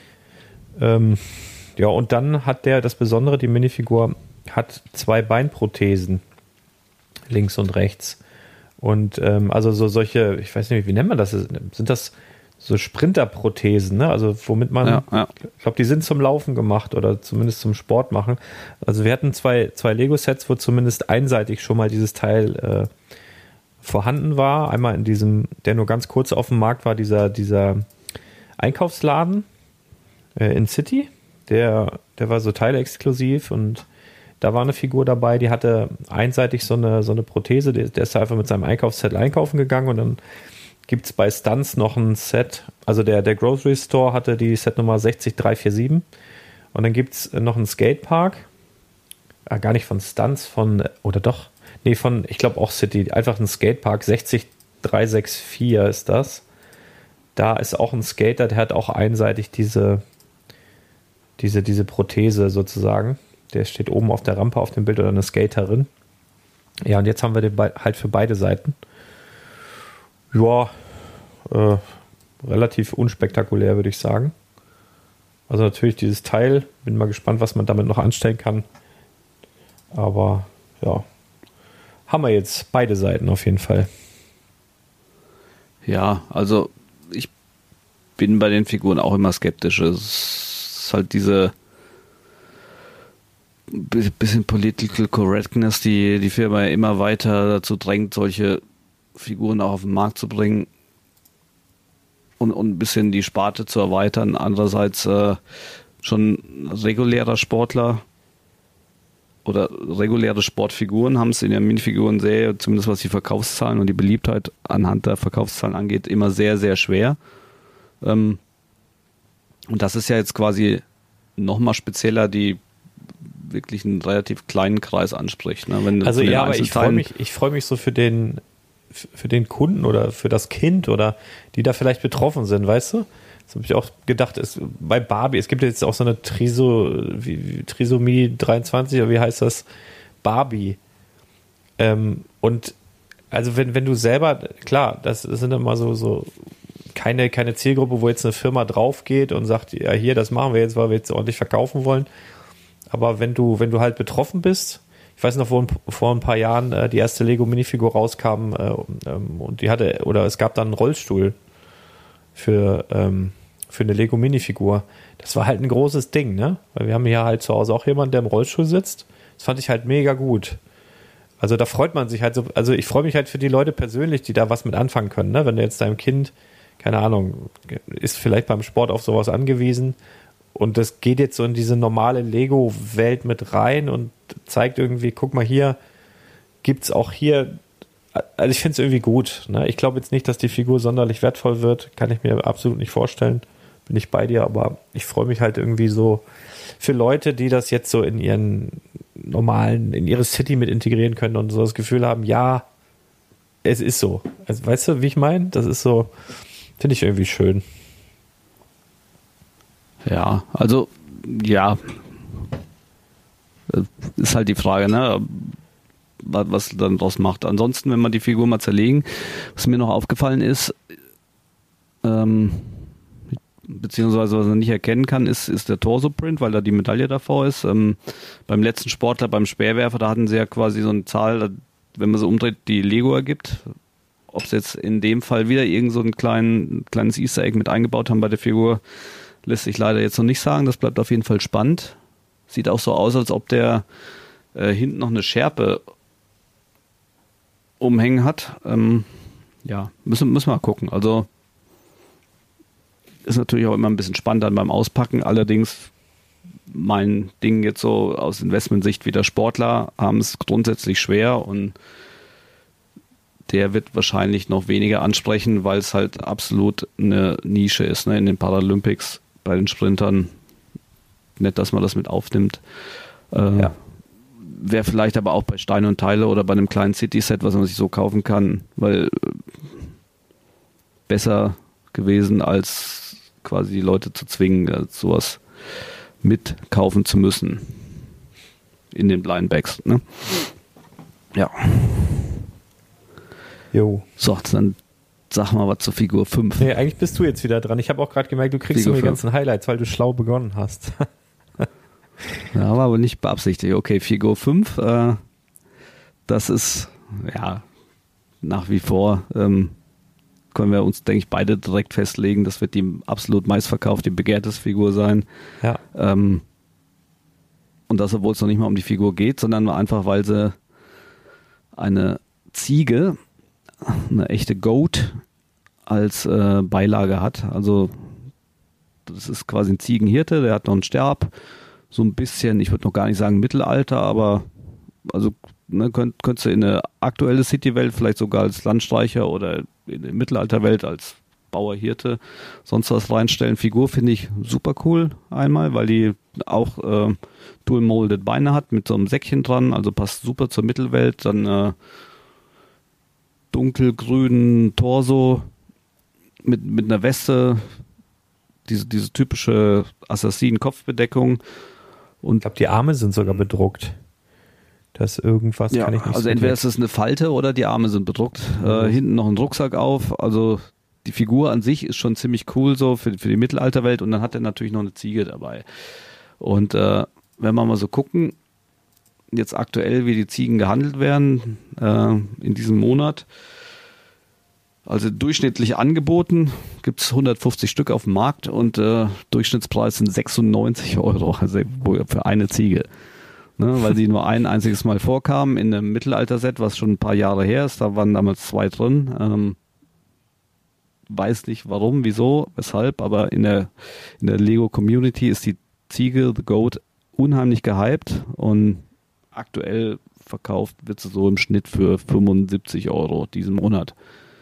Ja, und dann hat das Besondere, die Minifigur hat 2 Beinprothesen. Links und rechts. Und also so solche, ich weiß nicht, wie nennt man das? Sind das so Sprinterprothesen, ne? Also womit man, ich glaube, die sind zum Laufen gemacht oder zumindest zum Sport machen. Also wir hatten zwei Lego-Sets, wo zumindest einseitig schon mal dieses Teil vorhanden war. Einmal in diesem, der nur ganz kurz auf dem Markt war, dieser Einkaufsladen in City. Der war so teilexklusiv und da war eine Figur dabei, die hatte einseitig so eine Prothese, der ist einfach mit seinem Einkaufsset einkaufen gegangen und dann gibt es bei Stunts noch ein Set, also der Grocery Store hatte die Setnummer 60347 und dann gibt es noch einen Skatepark, gar nicht von Stunts, ich glaube auch City, einfach ein Skatepark, 60364 ist das. Da ist auch ein Skater, der hat auch einseitig diese diese Prothese sozusagen. Der steht oben auf der Rampe auf dem Bild oder eine Skaterin. Ja, und jetzt haben wir den halt für beide Seiten. Ja, relativ unspektakulär, würde ich sagen. Also natürlich dieses Teil, bin mal gespannt, was man damit noch anstellen kann. Aber ja, haben wir jetzt beide Seiten auf jeden Fall. Ja, also ich bin bei den Figuren auch immer skeptisch. Es ist halt diese bisschen Political Correctness, die Firma immer weiter dazu drängt, solche Figuren auch auf den Markt zu bringen und ein bisschen die Sparte zu erweitern. Andererseits schon regulärer Sportler oder reguläre Sportfiguren haben es in der Minifiguren-Serie, zumindest was die Verkaufszahlen und die Beliebtheit anhand der Verkaufszahlen angeht, immer sehr, sehr schwer. Und das ist ja jetzt quasi nochmal spezieller, die wirklich einen relativ kleinen Kreis anspricht. Ne? Wenn also ja, aber ich freue mich so für den Kunden oder für das Kind oder die da vielleicht betroffen sind, weißt du? Das habe ich auch gedacht, bei Barbie, es gibt jetzt auch so eine Trisomie 23, oder wie heißt das? Barbie. Und also wenn du selber, klar, das sind immer so keine Zielgruppe, wo jetzt eine Firma drauf geht und sagt, ja hier, das machen wir jetzt, weil wir jetzt ordentlich verkaufen wollen. Aber wenn du halt betroffen bist, ich weiß noch, wo vor ein paar Jahren die erste Lego-Minifigur rauskam und es gab dann einen Rollstuhl für eine Lego-Minifigur. Das war halt ein großes Ding, ne? Weil wir haben hier halt zu Hause auch jemanden, der im Rollstuhl sitzt. Das fand ich halt mega gut. Also da freut man sich halt so, also ich freue mich halt für die Leute persönlich, die da was mit anfangen können, ne? Wenn du jetzt deinem Kind, keine Ahnung, ist vielleicht beim Sport auf sowas angewiesen und das geht jetzt so in diese normale Lego-Welt mit rein und zeigt irgendwie, guck mal hier, gibt's auch hier, also ich finde es irgendwie gut, ne? Ich glaube jetzt nicht, dass die Figur sonderlich wertvoll wird, kann ich mir absolut nicht vorstellen, bin ich bei dir, aber ich freue mich halt irgendwie so für Leute, die das jetzt so in ihren in ihre City mit integrieren können und so das Gefühl haben, ja, es ist so. Also, weißt du, wie ich meine? Das ist so, finde ich irgendwie schön. Ja, also, ja, ist halt die Frage, ne, was dann draus macht. Ansonsten, wenn man die Figur mal zerlegen, was mir noch aufgefallen ist, beziehungsweise was man nicht erkennen kann, ist der Torso-Print, weil da die Medaille davor ist. Beim letzten Sportler, beim Speerwerfer, da hatten sie ja quasi so eine Zahl, wenn man so umdreht, die Lego ergibt. Ob sie jetzt in dem Fall wieder irgend so ein kleines Easter Egg mit eingebaut haben bei der Figur, lässt sich leider jetzt noch nicht sagen. Das bleibt auf jeden Fall spannend. Sieht auch so aus, als ob der hinten noch eine Schärpe umhängen hat. Ja, müssen wir mal gucken. Also ist natürlich auch immer ein bisschen spannend dann beim Auspacken. Allerdings mein Ding jetzt so aus Investmentsicht wie der Sportler haben es grundsätzlich schwer und der wird wahrscheinlich noch weniger ansprechen, weil es halt absolut eine Nische ist, ne? In den Paralympics bei den Sprintern. Nicht, dass man das mit aufnimmt. Ja. Wäre vielleicht aber auch bei Steine und Teile oder bei einem kleinen City-Set, was man sich so kaufen kann, weil besser gewesen, als quasi die Leute zu zwingen, sowas mitkaufen zu müssen in den Blind Bags. Ne? Ja. Jo. So, dann sag mal was zur Figur 5. Nee, eigentlich bist du jetzt wieder dran. Ich habe auch gerade gemerkt, du kriegst immer die ganzen Highlights, weil du schlau begonnen hast. Ja, war aber nicht beabsichtigt. Okay, Figur 5, das ist ja nach wie vor können wir uns, denke ich, beide direkt festlegen. Das wird die absolut meistverkaufte, die begehrteste Figur sein. Ja. Und das, obwohl es noch nicht mal um die Figur geht, sondern einfach, weil sie eine Ziege, eine echte Goat, als Beilage hat. Also das ist quasi ein Ziegenhirte, der hat noch einen Stab. So ein bisschen, ich würde noch gar nicht sagen Mittelalter, aber also ne, könntest du in eine aktuelle City-Welt vielleicht sogar als Landstreicher oder in die Mittelalterwelt als Bauerhirte sonst was reinstellen. Figur finde ich super cool einmal, weil die auch dual-molded Beine hat mit so einem Säckchen dran, also passt super zur Mittelwelt. Dann dunkelgrünen Torso mit einer Weste, diese typische Assassinen-Kopfbedeckung. Und Ich glaube, die Arme sind sogar bedruckt. Das irgendwas ja, kann ich nicht also so entweder direkt- ist es eine Falte oder die Arme sind bedruckt. Hinten noch ein Rucksack auf. Also die Figur an sich ist schon ziemlich cool so für die Mittelalterwelt. Und dann hat er natürlich noch eine Ziege dabei. Und wenn wir mal so gucken, jetzt aktuell, wie die Ziegen gehandelt werden in diesem Monat. Also durchschnittlich angeboten gibt es 150 Stück auf dem Markt und Durchschnittspreis sind 96 €, also für eine Ziege. Ne, weil sie nur ein einziges Mal vorkamen in einem Mittelalter-Set, was schon ein paar Jahre her ist. Da waren damals 2 drin. Weiß nicht warum, wieso, weshalb, aber in der Lego-Community ist die Ziege, The Goat, unheimlich gehypt und aktuell verkauft wird sie so im Schnitt für 75 € diesen Monat.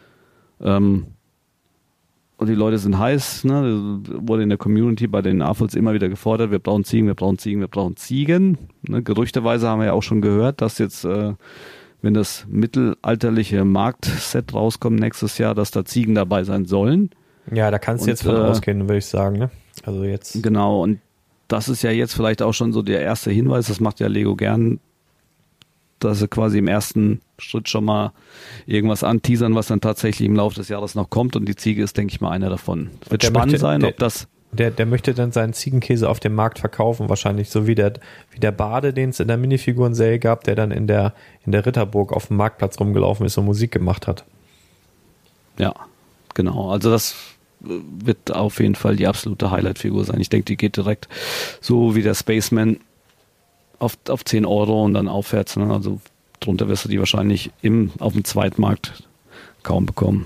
Und die Leute sind heiß, ne? Wurde in der Community bei den AFOLs immer wieder gefordert, wir brauchen Ziegen, wir brauchen Ziegen, wir brauchen Ziegen. Ne? Gerüchteweise haben wir ja auch schon gehört, dass jetzt, wenn das mittelalterliche Marktset rauskommt nächstes Jahr, dass da Ziegen dabei sein sollen. Ja, da kannst du Und, jetzt von ausgehen, würde ich sagen. Ne? Also jetzt. Genau, und das ist ja jetzt vielleicht auch schon so der erste Hinweis, das macht ja Lego gern, dass sie quasi im ersten Schritt schon mal irgendwas anteasern, was dann tatsächlich im Laufe des Jahres noch kommt. Und die Ziege ist, denke ich mal, einer davon. Es wird Der spannend möchte- sein, der- ob das... Der möchte dann seinen Ziegenkäse auf dem Markt verkaufen, wahrscheinlich so wie der Bade, den es in der Minifiguren-Serie gab, der dann in der Ritterburg auf dem Marktplatz rumgelaufen ist und Musik gemacht hat. Ja, genau. Also das wird auf jeden Fall die absolute Highlight-Figur sein. Ich denke, die geht direkt so wie der Spaceman auf 10 € und dann aufwärts. Ne? Also drunter wirst du die wahrscheinlich auf dem Zweitmarkt kaum bekommen.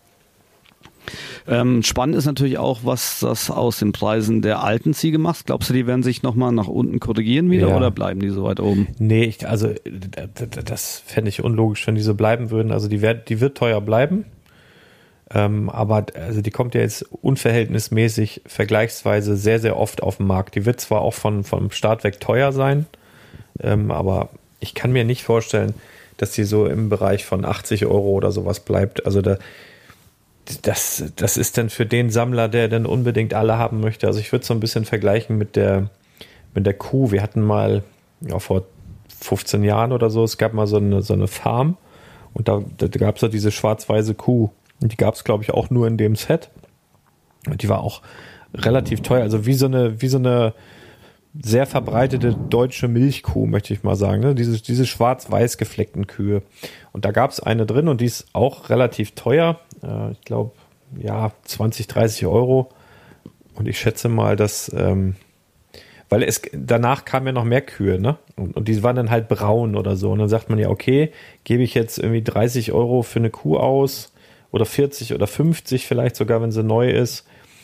Spannend ist natürlich auch, was das aus den Preisen der alten Ziege macht. Glaubst du, die werden sich nochmal nach unten korrigieren wieder Ja. oder bleiben die so weit oben? Nee, das fände ich unlogisch, wenn die so bleiben würden. Also die wird teuer bleiben. Aber also die kommt ja jetzt unverhältnismäßig vergleichsweise sehr, sehr oft auf den Markt. Die wird zwar auch vom Start weg teuer sein, aber ich kann mir nicht vorstellen, dass die so im Bereich von 80 € oder sowas bleibt. Also das ist dann für den Sammler, der dann unbedingt alle haben möchte. Also ich würde so ein bisschen vergleichen mit der Kuh. Wir hatten mal vor 15 Jahren oder so, es gab mal so eine Farm und da gab es so diese schwarz-weiße Kuh. Und die gab es, glaube ich, auch nur in dem Set. Und die war auch relativ teuer. Also wie so eine sehr verbreitete deutsche Milchkuh, möchte ich mal sagen. Ne? Diese schwarz-weiß gefleckten Kühe. Und da gab es eine drin und die ist auch relativ teuer. Ich glaube, 20, 30 €. Und ich schätze mal, dass, weil danach kamen ja noch mehr Kühe, ne? Und die waren dann halt braun oder so. Und dann sagt man ja, okay, gebe ich jetzt irgendwie 30 € für eine Kuh aus oder 40 oder 50 vielleicht sogar, wenn sie neu ist.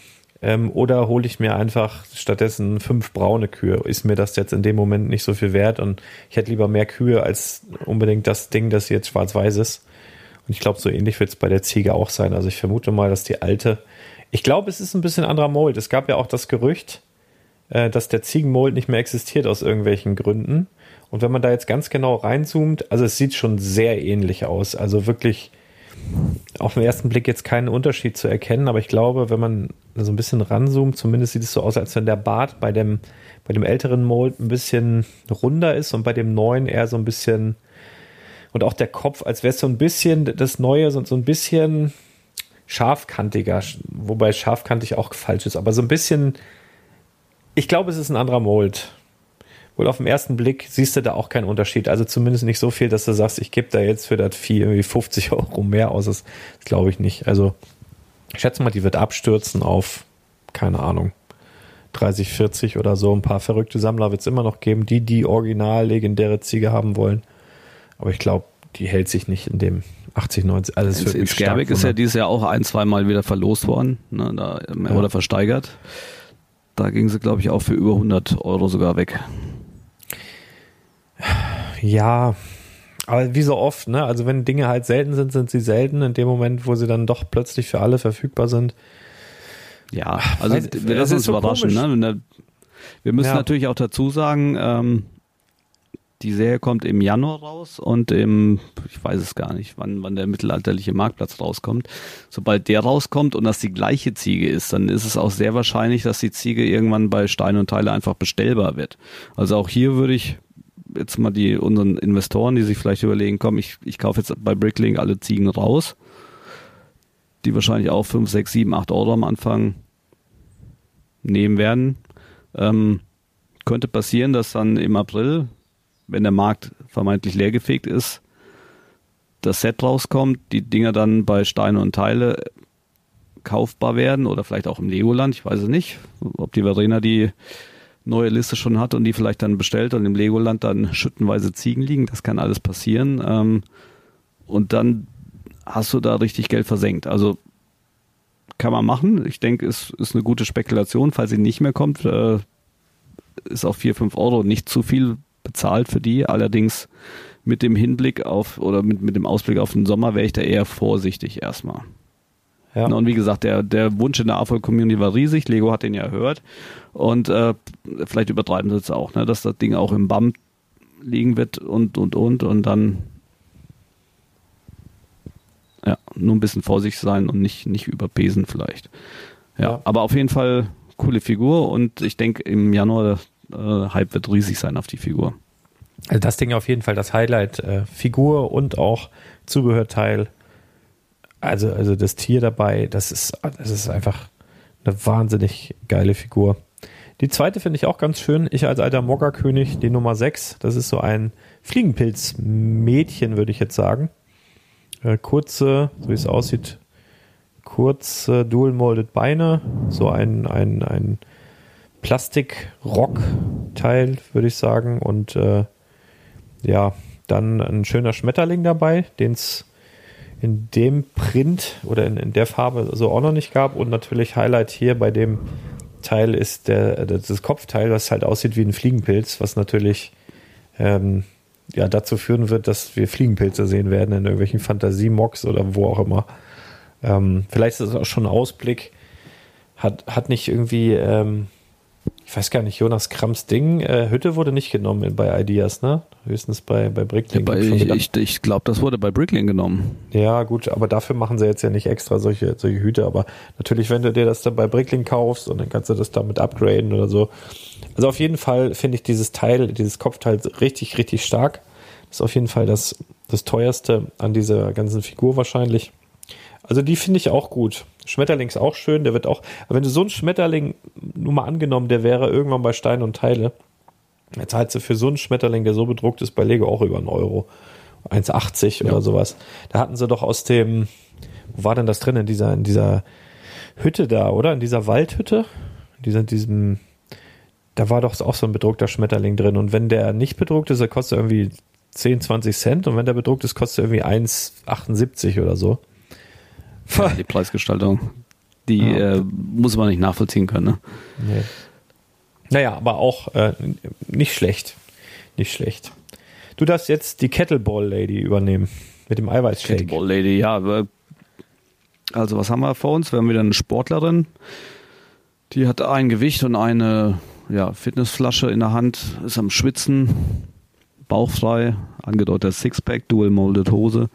Oder hole ich mir einfach stattdessen 5 braune Kühe. Ist mir das jetzt in dem Moment nicht so viel wert und ich hätte lieber mehr Kühe als unbedingt das Ding, das jetzt schwarz-weiß ist. Und ich glaube, so ähnlich wird es bei der Ziege auch sein. Also ich vermute mal, dass die alte, ich glaube, es ist ein bisschen anderer Mold. Es gab ja auch das Gerücht, dass der Ziegenmold nicht mehr existiert aus irgendwelchen Gründen. Und wenn man da jetzt ganz genau reinzoomt, also es sieht schon sehr ähnlich aus. Also wirklich auf den ersten Blick jetzt keinen Unterschied zu erkennen, aber ich glaube, wenn man so ein bisschen ranzoomt, zumindest sieht es so aus, als wenn der Bart bei dem älteren Mold ein bisschen runder ist und bei dem neuen eher so ein bisschen, und auch der Kopf, als wäre es so ein bisschen das Neue, so ein bisschen scharfkantiger, wobei scharfkantig auch falsch ist, aber so ein bisschen, ich glaube, es ist ein anderer Mold. Wohl auf den ersten Blick siehst du da auch keinen Unterschied. Also zumindest nicht so viel, dass du sagst, ich gebe da jetzt für das Vieh irgendwie 50 € mehr aus. Das glaube ich nicht. Also ich schätze mal, die wird abstürzen auf, keine Ahnung, 30, 40 oder so. Ein paar verrückte Sammler wird es immer noch geben, die original legendäre Ziege haben wollen. Aber ich glaube, die hält sich nicht in dem 80, 90. Also In Skerbeck ist ja dieses Jahr auch 1-2 Mal wieder verlost worden, ne, oder versteigert. Da ging sie, glaube ich, auch für über 100 € sogar weg. Ja, aber wie so oft, ne? Also wenn Dinge halt selten sind, sind sie selten. In dem Moment, wo sie dann doch plötzlich für alle verfügbar sind. Ja, also Weiß- wir das lassen ist uns so überraschen. komisch. Ne? Wir müssen Ja. natürlich auch dazu sagen, Die Serie kommt im Januar raus und ich weiß es gar nicht, wann der mittelalterliche Marktplatz rauskommt. Sobald der rauskommt und das die gleiche Ziege ist, dann ist es auch sehr wahrscheinlich, dass die Ziege irgendwann bei Stein und Teile einfach bestellbar wird. Also auch hier würde ich jetzt mal unseren Investoren, die sich vielleicht überlegen, komm, ich kaufe jetzt bei Bricklink alle Ziegen raus, die wahrscheinlich auch 5, 6, 7, 8 Euro am Anfang nehmen werden. Könnte passieren, dass dann im April, wenn der Markt vermeintlich leergefegt ist, das Set rauskommt, die Dinger dann bei Steine und Teile kaufbar werden oder vielleicht auch im Legoland, ich weiß es nicht, ob die Verena die neue Liste schon hat und die vielleicht dann bestellt und im Legoland dann schüttenweise Ziegen liegen, das kann alles passieren und dann hast du da richtig Geld versenkt. Also kann man machen, ich denke, es ist eine gute Spekulation, falls sie nicht mehr kommt, ist auch 4, 5 Euro nicht zu viel bezahlt für die, allerdings mit dem Hinblick auf oder mit dem Ausblick auf den Sommer wäre ich da eher vorsichtig erstmal. Ja. Und wie gesagt, der Wunsch in der AFOL-Community war riesig, Lego hat den ja gehört und vielleicht übertreiben sie es auch, ne, dass das Ding auch im BAM liegen wird und dann ja, nur ein bisschen vorsichtig sein und nicht überpesen vielleicht. Ja, aber auf jeden Fall coole Figur und ich denke im Januar Hype wird riesig sein auf die Figur. Also das Ding auf jeden Fall das Highlight, Figur und auch Zubehörteil. Also das Tier dabei, das ist einfach eine wahnsinnig geile Figur. Die zweite finde ich auch ganz schön. Ich als alter Mokka-König, die Nummer 6, das ist so ein Fliegenpilz-Mädchen, würde ich jetzt sagen. Kurze, so wie es aussieht, kurze Dual-Molded Beine, so ein Plastik-Rock-Teil, würde ich sagen. Und ja, dann ein schöner Schmetterling dabei, den es in dem Print oder in der Farbe so auch noch nicht gab. Und natürlich Highlight hier bei dem Teil ist das Kopfteil, was halt aussieht wie ein Fliegenpilz, was natürlich dazu führen wird, dass wir Fliegenpilze sehen werden in irgendwelchen Fantasie-Mocks oder wo auch immer. Vielleicht ist es auch schon ein Ausblick. Hat nicht irgendwie, ich weiß gar nicht, Jonas Kramms Ding, Hütte wurde nicht genommen bei Ideas, ne? Höchstens bei Bricklink. Ja, ich glaube, das wurde bei Bricklink genommen. Ja, gut, aber dafür machen sie jetzt ja nicht extra solche Hüte. Aber natürlich, wenn du dir das dann bei Bricklink kaufst und dann kannst du das damit upgraden oder so. Also auf jeden Fall finde ich dieses Kopfteil richtig, richtig stark. Das ist auf jeden Fall das teuerste an dieser ganzen Figur wahrscheinlich. Also die finde ich auch gut. Schmetterling ist auch schön, der wird auch, aber wenn du so einen Schmetterling, nur mal angenommen, der wäre irgendwann bei Stein und Teile, jetzt zahlst du für so einen Schmetterling, der so bedruckt ist, bei Lego auch über 1 Euro. 1,80 oder sowas. Da hatten sie doch aus dem, wo war denn das drin, in dieser Hütte da, oder? In dieser Waldhütte? Da war doch auch so ein bedruckter Schmetterling drin und wenn der nicht bedruckt ist, der kostet irgendwie 10, 20 Cent und wenn der bedruckt ist, kostet er irgendwie 1,78 oder so. Ja, die Preisgestaltung, die muss man nicht nachvollziehen können. Ne? Nee. Naja, aber auch nicht schlecht. Nicht schlecht. Du darfst jetzt die Kettleball Lady übernehmen mit dem Eiweißshake. Kettleball Lady, ja. Also was haben wir vor uns? Wir haben wieder eine Sportlerin, die hat ein Gewicht und eine Fitnessflasche in der Hand, ist am Schwitzen, bauchfrei, angedeutet Sixpack, Dual-Molded Hose.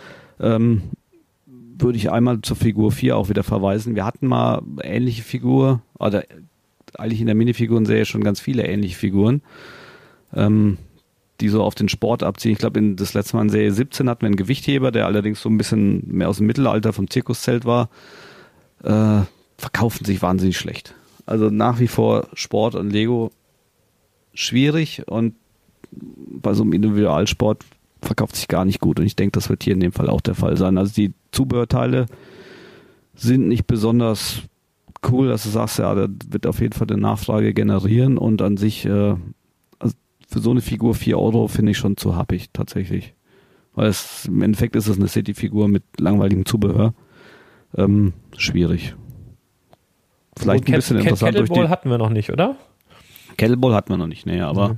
Würde ich einmal zur Figur 4 auch wieder verweisen. Wir hatten mal ähnliche Figur, oder eigentlich in der Minifiguren-Serie schon ganz viele ähnliche Figuren, die so auf den Sport abziehen. Ich glaube, das letzte Mal in Serie 17 hatten wir einen Gewichtheber, der allerdings so ein bisschen mehr aus dem Mittelalter vom Zirkuszelt war. Verkaufen sich wahnsinnig schlecht. Also nach wie vor Sport und Lego schwierig und bei so einem Individualsport verkauft sich gar nicht gut. Und ich denke, das wird hier in dem Fall auch der Fall sein. Also die Zubehörteile sind nicht besonders cool, dass du sagst, ja, das wird auf jeden Fall eine Nachfrage generieren und an sich also für so eine Figur 4 Euro finde ich schon zu happig tatsächlich. Weil im Endeffekt ist es eine City-Figur mit langweiligem Zubehör. Schwierig. Vielleicht ein bisschen interessant. Kettleball hatten wir noch nicht, oder? Kettleball hatten wir noch nicht, nee, aber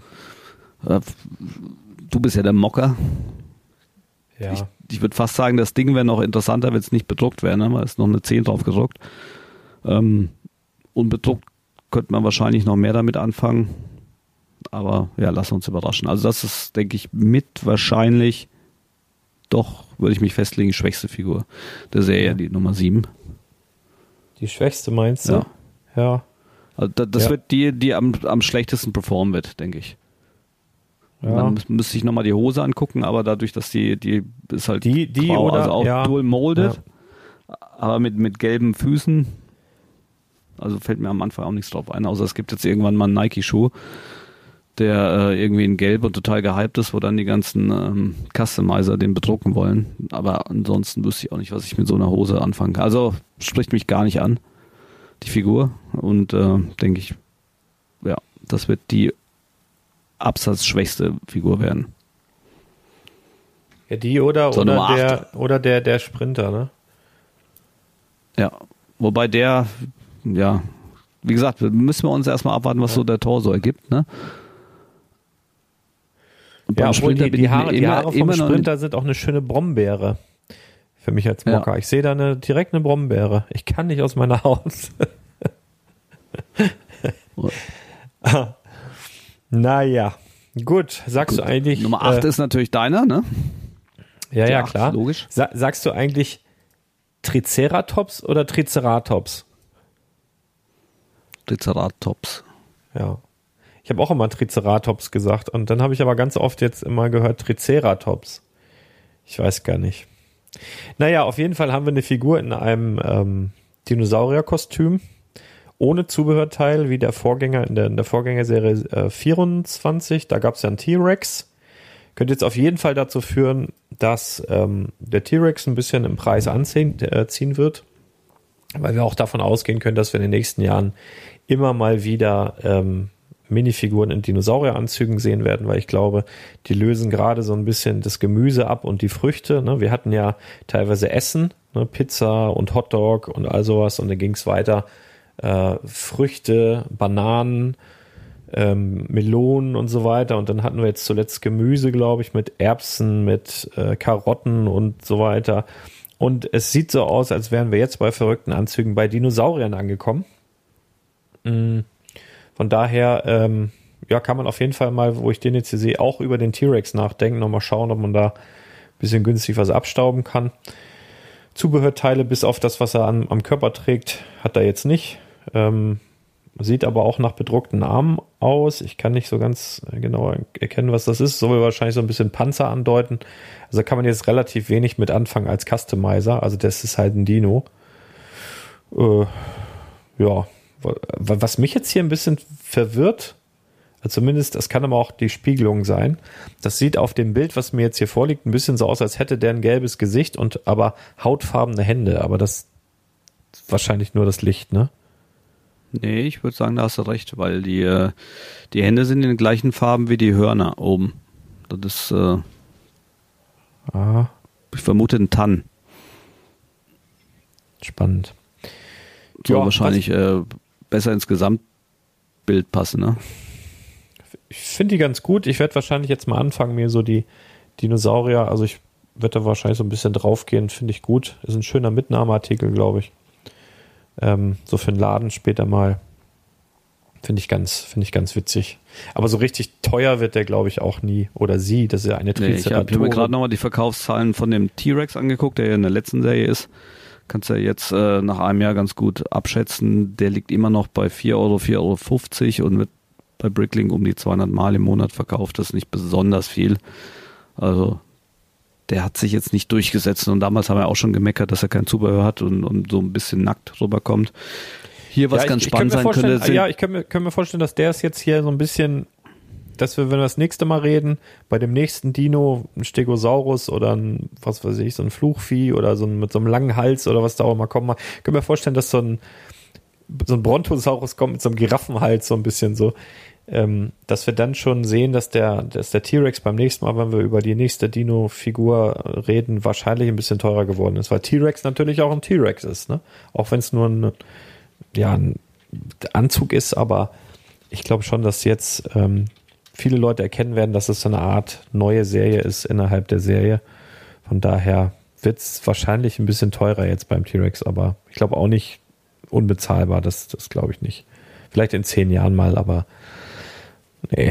du bist ja der Mocker. Ja. Ich würde fast sagen, das Ding wäre noch interessanter, wenn es nicht bedruckt wäre, ne? Weil es noch eine 10 drauf gedruckt. Unbedruckt könnte man wahrscheinlich noch mehr damit anfangen. Aber ja, lass uns überraschen. Also das ist, denke ich, mit wahrscheinlich doch, würde ich mich festlegen, die schwächste Figur der Serie, die Nummer 7. Die schwächste meinst du? Ja. Also das wird die am schlechtesten performen wird, denke ich. Ja. Man müsste sich nochmal die Hose angucken, aber dadurch, dass die ist halt die grau, oder, also auch dual molded, aber mit gelben Füßen. Also fällt mir am Anfang auch nichts drauf ein, außer es gibt jetzt irgendwann mal einen Nike-Schuh, der irgendwie in Gelb und total gehypt ist, wo dann die ganzen Customizer den bedrucken wollen. Aber ansonsten wüsste ich auch nicht, was ich mit so einer Hose anfangen kann. Also spricht mich gar nicht an, die Figur. Und denke ich, ja, das wird die absatzschwächste Figur werden. Ja, die oder der Sprinter, ne? Ja, wobei der, ja, wie gesagt, müssen wir uns erstmal abwarten, was so der Tor so ergibt, ne? Und Ja, obwohl die Haare vom Sprinter sind auch eine schöne Brombeere. Für mich als Mocker. Ja. Ich sehe da direkt eine Brombeere. Ich kann nicht aus meiner Haut. Naja, gut. Sagst du eigentlich... Nummer 8 ist natürlich deiner, ne? Ja, klar. Logisch. Sagst du eigentlich Triceratops oder Triceratops? Triceratops. Ja. Ich habe auch immer Triceratops gesagt und dann habe ich aber ganz oft jetzt immer gehört Triceratops. Ich weiß gar nicht. Naja, auf jeden Fall haben wir eine Figur in einem Dinosaurierkostüm ohne Zubehörteil wie der Vorgänger in der Vorgängerserie 24. Da gab es ja einen T-Rex. Könnte jetzt auf jeden Fall dazu führen, dass der T-Rex ein bisschen im Preis ziehen wird, weil wir auch davon ausgehen können, dass wir in den nächsten Jahren immer mal wieder Minifiguren in Dinosaurieranzügen sehen werden, weil ich glaube, die lösen gerade so ein bisschen das Gemüse ab und die Früchte. Ne? Wir hatten ja teilweise Essen, ne? Pizza und Hotdog und all sowas und dann ging es weiter. Früchte, Bananen, Melonen und so weiter. Und dann hatten wir jetzt zuletzt Gemüse, glaube ich, mit Erbsen, mit Karotten und so weiter. Und es sieht so aus, als wären wir jetzt bei verrückten Anzügen bei Dinosauriern angekommen. Von daher, kann man auf jeden Fall mal, wo ich den jetzt hier sehe, auch über den T-Rex nachdenken, nochmal schauen, ob man da ein bisschen günstig was abstauben kann. Zubehörteile, bis auf das, was er am Körper trägt, hat er jetzt nicht. Sieht aber auch nach bedruckten Armen aus. Ich kann nicht so ganz genau erkennen, was das ist. Soll wahrscheinlich so ein bisschen Panzer andeuten. Also kann man jetzt relativ wenig mit anfangen als Customizer. Also das ist halt ein Dino. Was mich jetzt hier ein bisschen verwirrt, zumindest, das kann aber auch die Spiegelung sein. Das sieht auf dem Bild, was mir jetzt hier vorliegt, ein bisschen so aus, als hätte der ein gelbes Gesicht und aber hautfarbene Hände. Aber das ist wahrscheinlich nur das Licht, ne? Nee, ich würde sagen, da hast du recht, weil die Hände sind in den gleichen Farben wie die Hörner oben. Das ist, ich vermute, ein Tann. Spannend. Soll wahrscheinlich besser ins Gesamtbild passen, ne? Ich finde die ganz gut. Ich werde wahrscheinlich jetzt mal anfangen, mir so die Dinosaurier, also ich werde da wahrscheinlich so ein bisschen draufgehen, finde ich gut. Ist ein schöner Mitnahmeartikel, glaube ich. So für den Laden später mal. Finde ich ganz witzig. Aber so richtig teuer wird der, glaube ich, auch nie. Oder sie, das ist ja eine Triceratops. Ich habe mir gerade nochmal die Verkaufszahlen von dem T-Rex angeguckt, der ja in der letzten Serie ist. Kannst ja jetzt nach einem Jahr ganz gut abschätzen. Der liegt immer noch bei 4 Euro, 4,50 Euro und wird bei Bricklink um die 200 Mal im Monat verkauft. Das ist nicht besonders viel. Also der hat sich jetzt nicht durchgesetzt. Und damals haben wir auch schon gemeckert, dass er kein Zubehör hat und so ein bisschen nackt rüberkommt. Hier was ganz spannend sein könnte. Ja, ich kann mir vorstellen, dass der ist jetzt hier so ein bisschen, dass wir, wenn wir das nächste Mal reden, bei dem nächsten Dino, ein Stegosaurus oder ein, was weiß ich, so ein Fluchvieh oder so mit so einem langen Hals oder was da auch mal kommt, ich kann mir vorstellen, dass so ein Brontosaurus kommt mit so einem Giraffenhals so ein bisschen so, dass wir dann schon sehen, dass der T-Rex beim nächsten Mal, wenn wir über die nächste Dino-Figur reden, wahrscheinlich ein bisschen teurer geworden ist, weil T-Rex natürlich auch ein T-Rex ist, ne? Auch wenn es nur ein Anzug ist, aber ich glaube schon, dass jetzt viele Leute erkennen werden, dass es so eine Art neue Serie ist innerhalb der Serie. Von daher wird es wahrscheinlich ein bisschen teurer jetzt beim T-Rex, aber ich glaube auch nicht unbezahlbar, das glaube ich nicht. Vielleicht in 10 Jahren mal, aber Nee.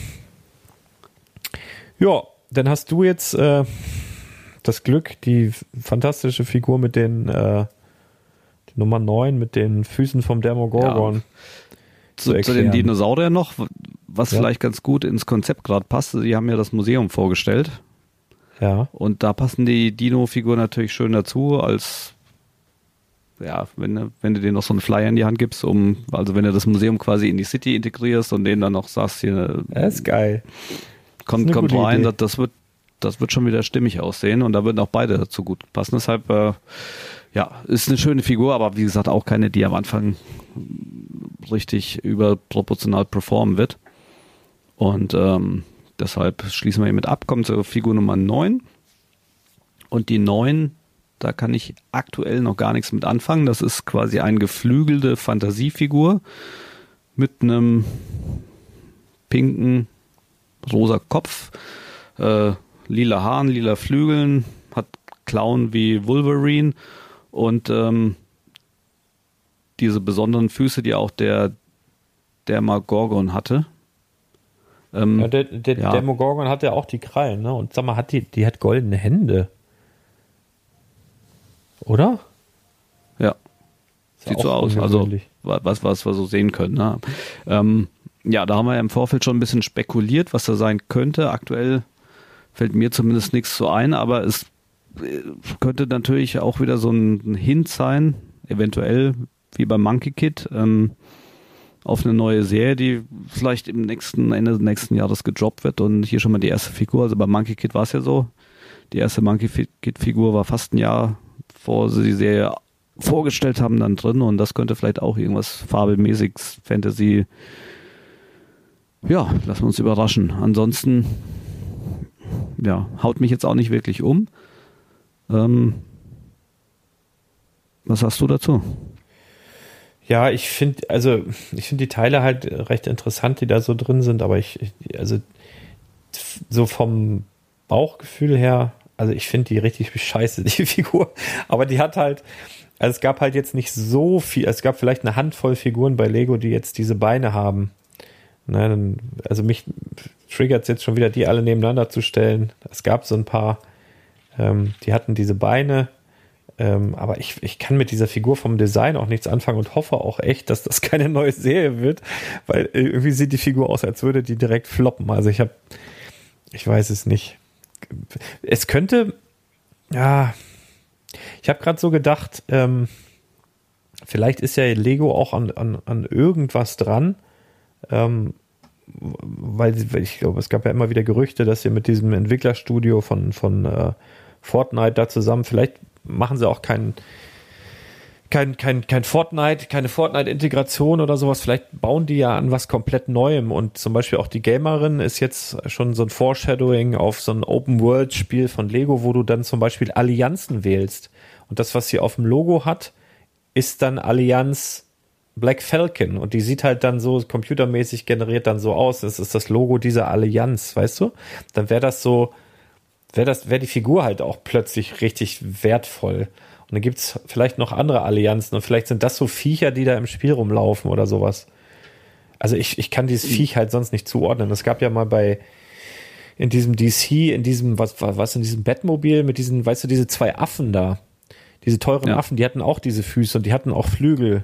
Ja, dann hast du jetzt das Glück, die fantastische Figur mit den die Nummer 9 mit den Füßen vom Demogorgon zu den Dinosauriern noch, was vielleicht ganz gut ins Konzept gerade passte. Sie haben ja das Museum vorgestellt. Ja. Und da passen die Dino-Figuren natürlich schön dazu, als wenn du denen noch so einen Flyer in die Hand gibst, also wenn du das Museum quasi in die City integrierst und denen dann noch sagst, hier, das ist geil. Kommt rein, das wird schon wieder stimmig aussehen und da würden auch beide dazu gut passen. Deshalb, ist eine schöne Figur, aber wie gesagt auch keine, die am Anfang richtig überproportional performen wird. Und deshalb schließen wir hiermit ab, kommen zur Figur Nummer 9. Und die 9, da kann ich aktuell noch gar nichts mit anfangen. Das ist quasi eine geflügelte Fantasiefigur mit einem pinken, rosa Kopf, lila Haaren, lila Flügeln, hat Klauen wie Wolverine und diese besonderen Füße, die auch der Demogorgon hatte. Der Demogorgon hat ja auch die Krallen, ne? Und sag mal, die hat goldene Hände. Oder? Ja. Sieht so aus. Also, was wir so sehen können. Ne? Da haben wir ja im Vorfeld schon ein bisschen spekuliert, was da sein könnte. Aktuell fällt mir zumindest nichts so ein, aber es könnte natürlich auch wieder so ein Hint sein, eventuell wie bei Monkey Kid, auf eine neue Serie, die vielleicht Ende des nächsten Jahres gedroppt wird und hier schon mal die erste Figur, also bei Monkey Kid war es ja so, die erste Monkey Kid Figur war fast ein Jahr, bevor sie die Serie vorgestellt haben, dann drin und das könnte vielleicht auch irgendwas fabelmäßiges, Fantasy, lassen wir uns überraschen. Ansonsten, haut mich jetzt auch nicht wirklich um. Was hast du dazu? Ja, ich finde die Teile halt recht interessant, die da so drin sind, aber so vom Bauchgefühl her, also ich finde die richtig scheiße, die Figur, aber die hat halt, also es gab halt jetzt nicht so viel, es gab vielleicht eine Handvoll Figuren bei Lego, die jetzt diese Beine haben. Also mich triggert es jetzt schon wieder, die alle nebeneinander zu stellen. Es gab so ein paar, die hatten diese Beine, aber ich kann mit dieser Figur vom Design auch nichts anfangen und hoffe auch echt, dass das keine neue Serie wird, weil irgendwie sieht die Figur aus, als würde die direkt floppen. Also ich weiß es nicht. Es könnte, ich habe gerade so gedacht, vielleicht ist ja Lego auch an irgendwas dran, weil ich glaube, es gab ja immer wieder Gerüchte, dass sie mit diesem Entwicklerstudio von Fortnite da zusammen, vielleicht machen sie auch kein Fortnite, keine Fortnite-Integration oder sowas. Vielleicht bauen die ja an was komplett Neuem und zum Beispiel auch die Gamerin ist jetzt schon so ein Foreshadowing auf so ein Open-World-Spiel von Lego, wo du dann zum Beispiel Allianzen wählst. Und das, was sie auf dem Logo hat, ist dann Allianz Black Falcon und die sieht halt dann so computermäßig generiert dann so aus. Das ist das Logo dieser Allianz, weißt du? Dann wäre die Figur halt auch plötzlich richtig wertvoll. Und dann gibt es vielleicht noch andere Allianzen und vielleicht sind das so Viecher, die da im Spiel rumlaufen oder sowas. Also ich kann dieses Viech halt sonst nicht zuordnen. Es gab ja mal in diesem DC, in diesem Batmobil mit diesen, weißt du, diese zwei Affen da. Diese teuren Affen, die hatten auch diese Füße und die hatten auch Flügel.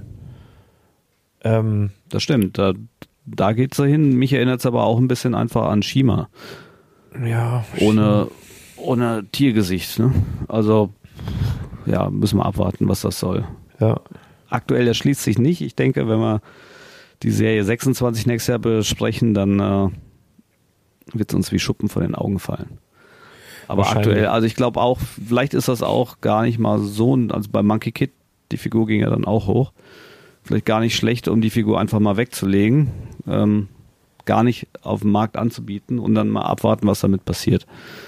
Das stimmt, da geht's dahin. Mich erinnert es aber auch ein bisschen einfach an Shima. Ja. Ohne Tiergesicht, ne? Also, müssen wir abwarten, was das soll. Ja. Aktuell erschließt sich nicht. Ich denke, wenn wir die Serie 26 nächstes Jahr besprechen, dann wird es uns wie Schuppen von den Augen fallen. Aber aktuell, also ich glaube auch, vielleicht ist das auch gar nicht mal so, also bei Monkey Kid, die Figur ging ja dann auch hoch, vielleicht gar nicht schlecht, um die Figur einfach mal wegzulegen, gar nicht auf dem Markt anzubieten und dann mal abwarten, was damit passiert.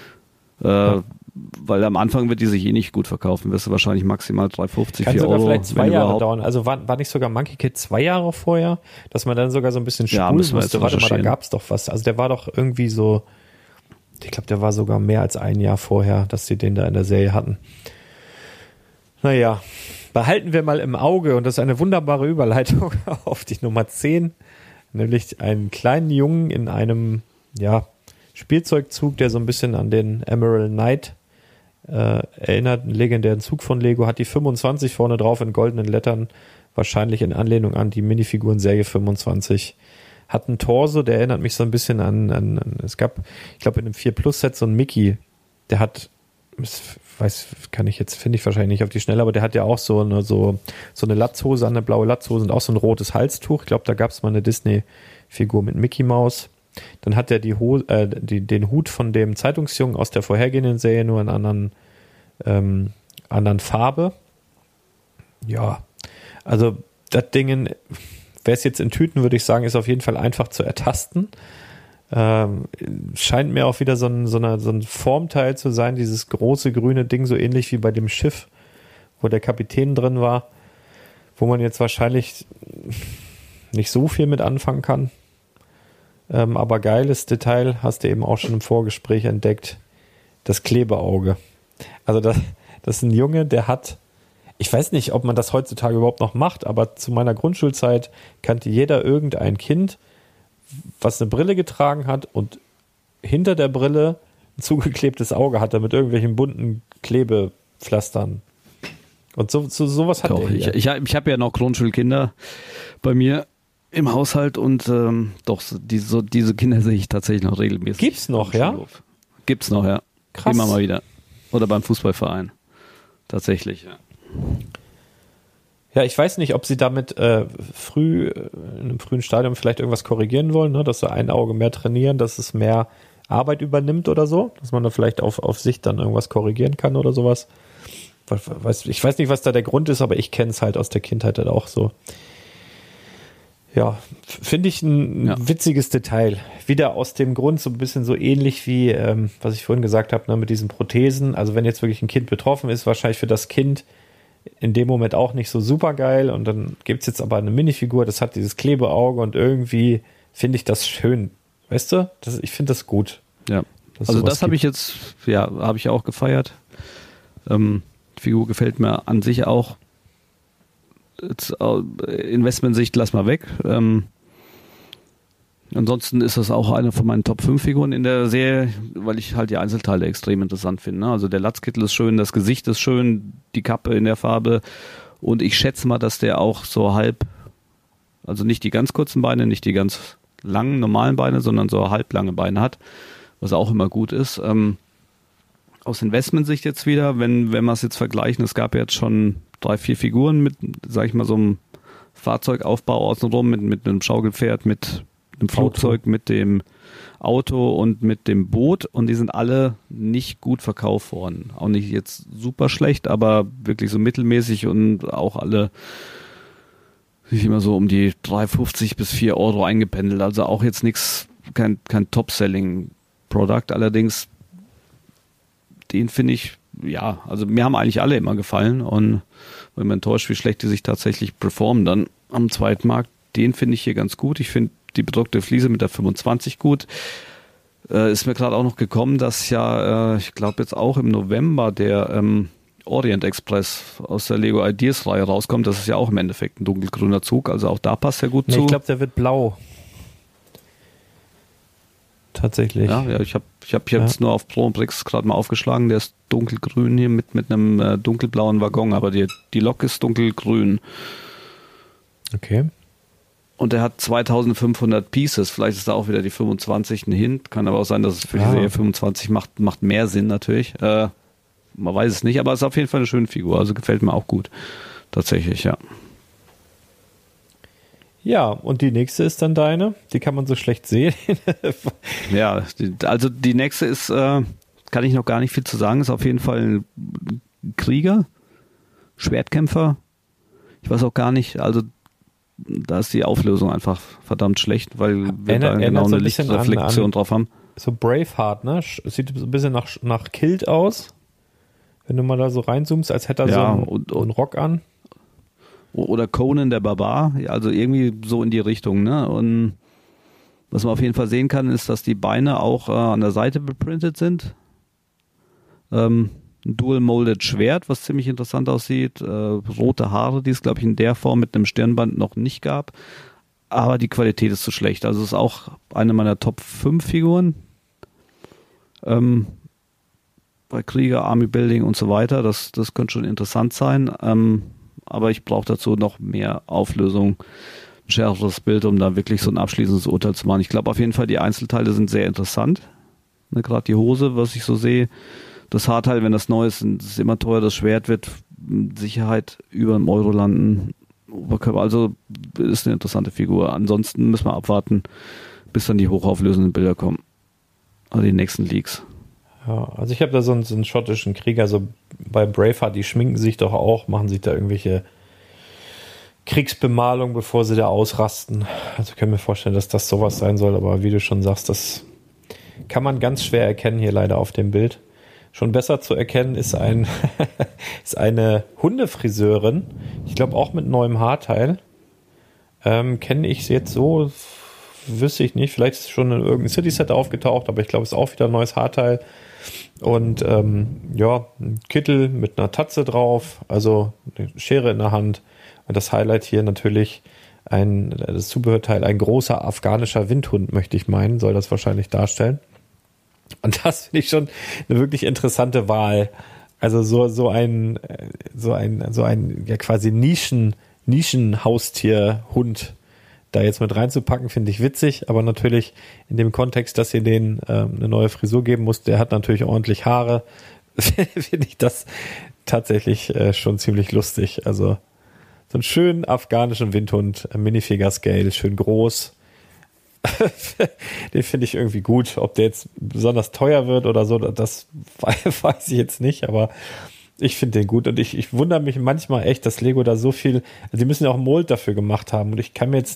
Weil am Anfang wird die sich nicht gut verkaufen, wirst du wahrscheinlich maximal 3,50, 4 Euro. Kann sogar vielleicht 2 Jahre dauern. Also war nicht sogar Monkey Kid 2 Jahre vorher, dass man dann sogar so ein bisschen spulen musste. Warte mal, da gab es doch was. Also der war doch irgendwie so, ich glaube, der war sogar mehr als ein Jahr vorher, dass sie den da in der Serie hatten. Naja, behalten wir mal im Auge und das ist eine wunderbare Überleitung auf die Nummer 10, nämlich einen kleinen Jungen in einem Spielzeugzug, der so ein bisschen an den Emerald Knight erinnert, einen legendären Zug von Lego, hat die 25 vorne drauf in goldenen Lettern, wahrscheinlich in Anlehnung an die Minifiguren-Serie 25. Hat einen Torso, der erinnert mich so ein bisschen an es gab, ich glaube in einem 4-Plus-Set so einen Mickey, der hat, finde ich wahrscheinlich nicht auf die Schnelle, aber der hat ja auch so eine Latzhose, eine blaue Latzhose und auch so ein rotes Halstuch. Ich glaube, da gab es mal eine Disney-Figur mit Mickey Mouse. Dann hat er den Hut von dem Zeitungsjungen aus der vorhergehenden Serie, nur in anderen Farbe. Ja, also das Ding, wäre es jetzt in Tüten, würde ich sagen, ist auf jeden Fall einfach zu ertasten. Scheint mir auch wieder so ein Formteil zu sein, dieses große grüne Ding, so ähnlich wie bei dem Schiff, wo der Kapitän drin war, wo man jetzt wahrscheinlich nicht so viel mit anfangen kann. Aber geiles Detail, hast du eben auch schon im Vorgespräch entdeckt, das Klebeauge. Also das ist ein Junge, der hat, ich weiß nicht, ob man das heutzutage überhaupt noch macht, aber zu meiner Grundschulzeit kannte jeder irgendein Kind, was eine Brille getragen hat und hinter der Brille ein zugeklebtes Auge hatte mit irgendwelchen bunten Klebepflastern. Und sowas hat er hier. Ich habe ja noch Grundschulkinder bei mir im Haushalt und diese Kinder sehe ich tatsächlich noch regelmäßig. Gibt's noch, ja? Gibt's noch, ja. Krass. Immer mal wieder. Oder beim Fußballverein. Tatsächlich, ja. Ja, ich weiß nicht, ob sie damit in einem frühen Stadium vielleicht irgendwas korrigieren wollen, ne? Dass sie ein Auge mehr trainieren, dass es mehr Arbeit übernimmt oder so, dass man da vielleicht auf sich dann irgendwas korrigieren kann oder sowas. Ich weiß nicht, was da der Grund ist, aber ich kenne es halt aus der Kindheit halt auch so. Ja, finde ich ein witziges Detail. Wieder aus dem Grund so ein bisschen so ähnlich wie, was ich vorhin gesagt habe, ne, mit diesen Prothesen. Also wenn jetzt wirklich ein Kind betroffen ist, wahrscheinlich für das Kind in dem Moment auch nicht so super geil. Und dann gibt es jetzt aber eine Minifigur, das hat dieses Klebeauge und irgendwie finde ich das schön. Weißt du? Ich finde das gut. Ja. Also das habe ich jetzt, habe ich auch gefeiert. Die Figur gefällt mir an sich auch. Investmentsicht lass mal weg. Ansonsten ist das auch eine von meinen Top 5 Figuren in der Serie, weil ich halt die Einzelteile extrem interessant finde. Ne? Also der Latzkittel ist schön, das Gesicht ist schön, die Kappe in der Farbe und ich schätze mal, dass der auch so also nicht die ganz kurzen Beine, nicht die ganz langen, normalen Beine, sondern so halblange Beine hat, was auch immer gut ist. Aus Investmentsicht jetzt wieder, wenn wir es jetzt vergleichen, es gab jetzt schon 3-4 Figuren mit, sag ich mal, so einem Fahrzeugaufbau außenrum, mit einem Schaukelpferd, mit einem Flugzeug, mit dem Auto und mit dem Boot und die sind alle nicht gut verkauft worden. Auch nicht jetzt super schlecht, aber wirklich so mittelmäßig und auch alle sich immer so um die 3,50 bis 4 Euro eingependelt. Also auch jetzt nichts, kein Top-Selling-Product. Allerdings, den finde ich, also mir haben eigentlich alle immer gefallen und bin enttäuscht, wie schlecht die sich tatsächlich performen dann am Zweitmarkt. Den finde ich hier ganz gut. Ich finde die bedruckte Fliese mit der 25 gut. Ist mir gerade auch noch gekommen, dass ich glaube jetzt auch im November der Orient Express aus der Lego Ideas Reihe rauskommt. Das ist ja auch im Endeffekt ein dunkelgrüner Zug, also auch da passt er gut zu. Ich glaube, der wird blau. Tatsächlich. Ja, ich hab jetzt nur auf Pro und Brix gerade mal aufgeschlagen. Der ist dunkelgrün hier mit einem dunkelblauen Waggon, aber die Lok ist dunkelgrün. Okay. Und er hat 2500 Pieces. Vielleicht ist da auch wieder die 25 ein Hint. Kann aber auch sein, dass es für die Serie 25 macht mehr Sinn natürlich. Man weiß es nicht, aber es ist auf jeden Fall eine schöne Figur. Also gefällt mir auch gut. Tatsächlich, ja. Ja, und die nächste ist dann deine. Die kann man so schlecht sehen. Ja, also die nächste ist, kann ich noch gar nicht viel zu sagen, ist auf jeden Fall ein Krieger, Schwertkämpfer. Ich weiß auch gar nicht, also da ist die Auflösung einfach verdammt schlecht, weil wir da genau eine Lichtreflexion drauf haben. So Braveheart, ne? Sieht so ein bisschen nach Kilt aus. Wenn du mal da so reinzoomst, als hätte er so einen Rock an. Oder Conan der Barbar, also irgendwie so in die Richtung, ne? Und was man auf jeden Fall sehen kann, ist, dass die Beine auch an der Seite beprintet sind. Ein Dual-Molded Schwert, was ziemlich interessant aussieht. Rote Haare, die es, glaube ich, in der Form mit einem Stirnband noch nicht gab. aber die Qualität ist zu schlecht. Also es ist auch eine meiner Top 5 Figuren. Bei Krieger, Army Building und so weiter. Das könnte schon interessant sein. Aber ich brauche dazu noch mehr Auflösung, ein schärferes Bild, um da wirklich so ein abschließendes Urteil zu machen. Ich glaube auf jeden Fall, die Einzelteile sind sehr interessant. Ne, gerade die Hose, was ich so sehe. Das Haarteil, wenn das neu ist, ist immer teuer. Das Schwert wird mit Sicherheit über einem Euro landen. Oberkörper, also ist eine interessante Figur. Ansonsten müssen wir abwarten, bis dann die hochauflösenden Bilder kommen. Also die nächsten Leaks. Ja, also ich habe da so einen schottischen Krieger, so bei Braveheart, die schminken sich doch auch, machen sich da irgendwelche Kriegsbemalung, bevor sie da ausrasten. Also ich kann mir vorstellen, dass das sowas sein soll, aber wie du schon sagst, das kann man ganz schwer erkennen hier leider auf dem Bild. Schon besser zu erkennen ist ist eine Hundefriseurin, ich glaube auch mit neuem Haarteil. Kenne ich jetzt so, wüsste ich nicht, vielleicht ist es schon in irgendeinem City-Set aufgetaucht, aber ich glaube, es ist auch wieder ein neues Haarteil. Und ein Kittel mit einer Tatze drauf, also eine Schere in der Hand. Und das Highlight hier natürlich das Zubehörteil, ein großer afghanischer Windhund, möchte ich meinen, soll das wahrscheinlich darstellen. Und das finde ich schon eine wirklich interessante Wahl. Also so ein ja quasi Nischen-Haustierhund da jetzt mit reinzupacken, finde ich witzig, aber natürlich in dem Kontext, dass ihr denen eine neue Frisur geben muss, der hat natürlich ordentlich Haare, finde ich das tatsächlich schon ziemlich lustig. Also so einen schönen afghanischen Windhund, Minifigure-Scale, schön groß. Den finde ich irgendwie gut. Ob der jetzt besonders teuer wird oder so, das weiß ich jetzt nicht, aber ich finde den gut und ich wundere mich manchmal echt, dass Lego da so viel, also die müssen ja auch einen Mold dafür gemacht haben und ich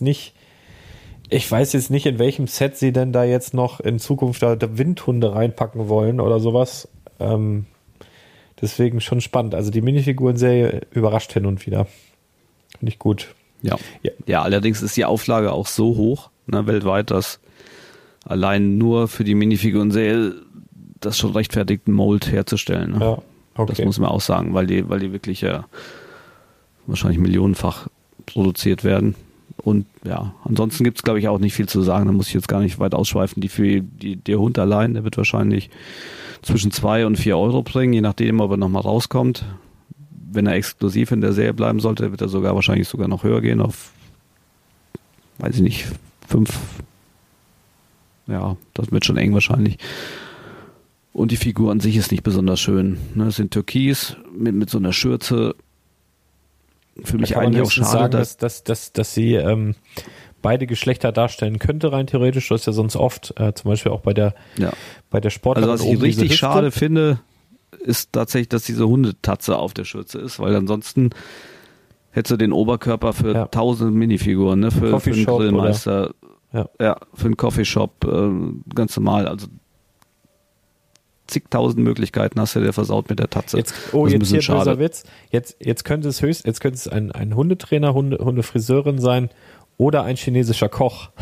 weiß jetzt nicht, in welchem Set sie denn da jetzt noch in Zukunft da Windhunde reinpacken wollen oder sowas. Deswegen schon spannend. Also die Minifiguren-Serie überrascht hin und wieder. Finde ich gut. Ja, allerdings ist die Auflage auch so hoch, ne, weltweit, dass allein nur für die Minifiguren-Serie das schon rechtfertigt, einen Mold herzustellen. Ne? Ja. Okay. Das muss man auch sagen, weil die wirklich wahrscheinlich millionenfach produziert werden. Und ja, ansonsten gibt es, glaube ich, auch nicht viel zu sagen. Da muss ich jetzt gar nicht weit ausschweifen. Der Hund allein, der wird wahrscheinlich zwischen 2 und 4 Euro bringen, je nachdem, ob er nochmal rauskommt. Wenn er exklusiv in der Serie bleiben sollte, wird er wahrscheinlich sogar noch höher gehen auf, weiß ich nicht, 5. Ja, das wird schon eng wahrscheinlich. Und die Figur an sich ist nicht besonders schön. Es sind Türkis mit so einer Schürze. Für mich eigentlich auch schade, sagen, dass sie beide Geschlechter darstellen könnte, rein theoretisch. Das ist ja sonst oft, zum Beispiel auch bei der Sportart. Also was ich richtig schade finde, ist tatsächlich, dass diese Hundetatze auf der Schürze ist, weil ansonsten hättest du den Oberkörper für 1000 Minifiguren, ne? Für einen Grillmeister, für einen Coffeeshop, ganz normal. Also zigtausend Möglichkeiten hast du dir versaut mit der Tatze. Jetzt hier schade. Böser Witz. Jetzt könnte es ein Hundetrainer, Hundefriseurin sein oder ein chinesischer Koch.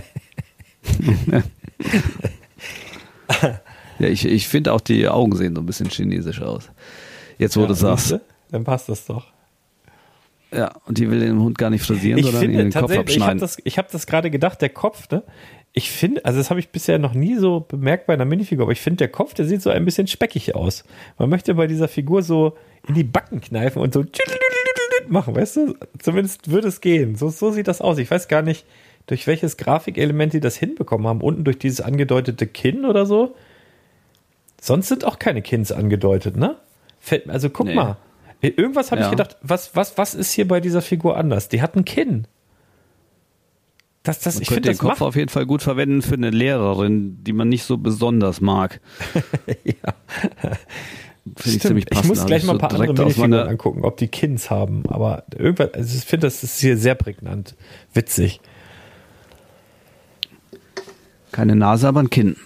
Ja, ich finde auch die Augen sehen so ein bisschen chinesisch aus. Jetzt, wo du sagst. Dann passt das doch. Ja, und die will den Hund gar nicht frisieren, sondern in den Kopf abschneiden. Ich habe das gerade gedacht, der Kopf, ne? Ich finde, also das habe ich bisher noch nie so bemerkt bei einer Minifigur, aber ich finde, der Kopf, der sieht so ein bisschen speckig aus. Man möchte bei dieser Figur so in die Backen kneifen und so machen, weißt du? Zumindest würde es gehen. So sieht das aus. Ich weiß gar nicht, durch welches Grafikelement die das hinbekommen haben. Unten durch dieses angedeutete Kinn oder so. Sonst sind auch keine Kinns angedeutet, ne? Also guck mal. Irgendwas habe ich gedacht, was ist hier bei dieser Figur anders? Die hat ein Kinn. Ich könnte den Kopf auf jeden Fall gut verwenden für eine Lehrerin, die man nicht so besonders mag. Ja. Finde ich ziemlich passend. Ich muss gleich mal ein paar andere Minifiguren angucken, ob die Kinns haben. Aber irgendwas, also ich finde, das ist hier sehr prägnant. Witzig. Keine Nase, aber ein Kinn.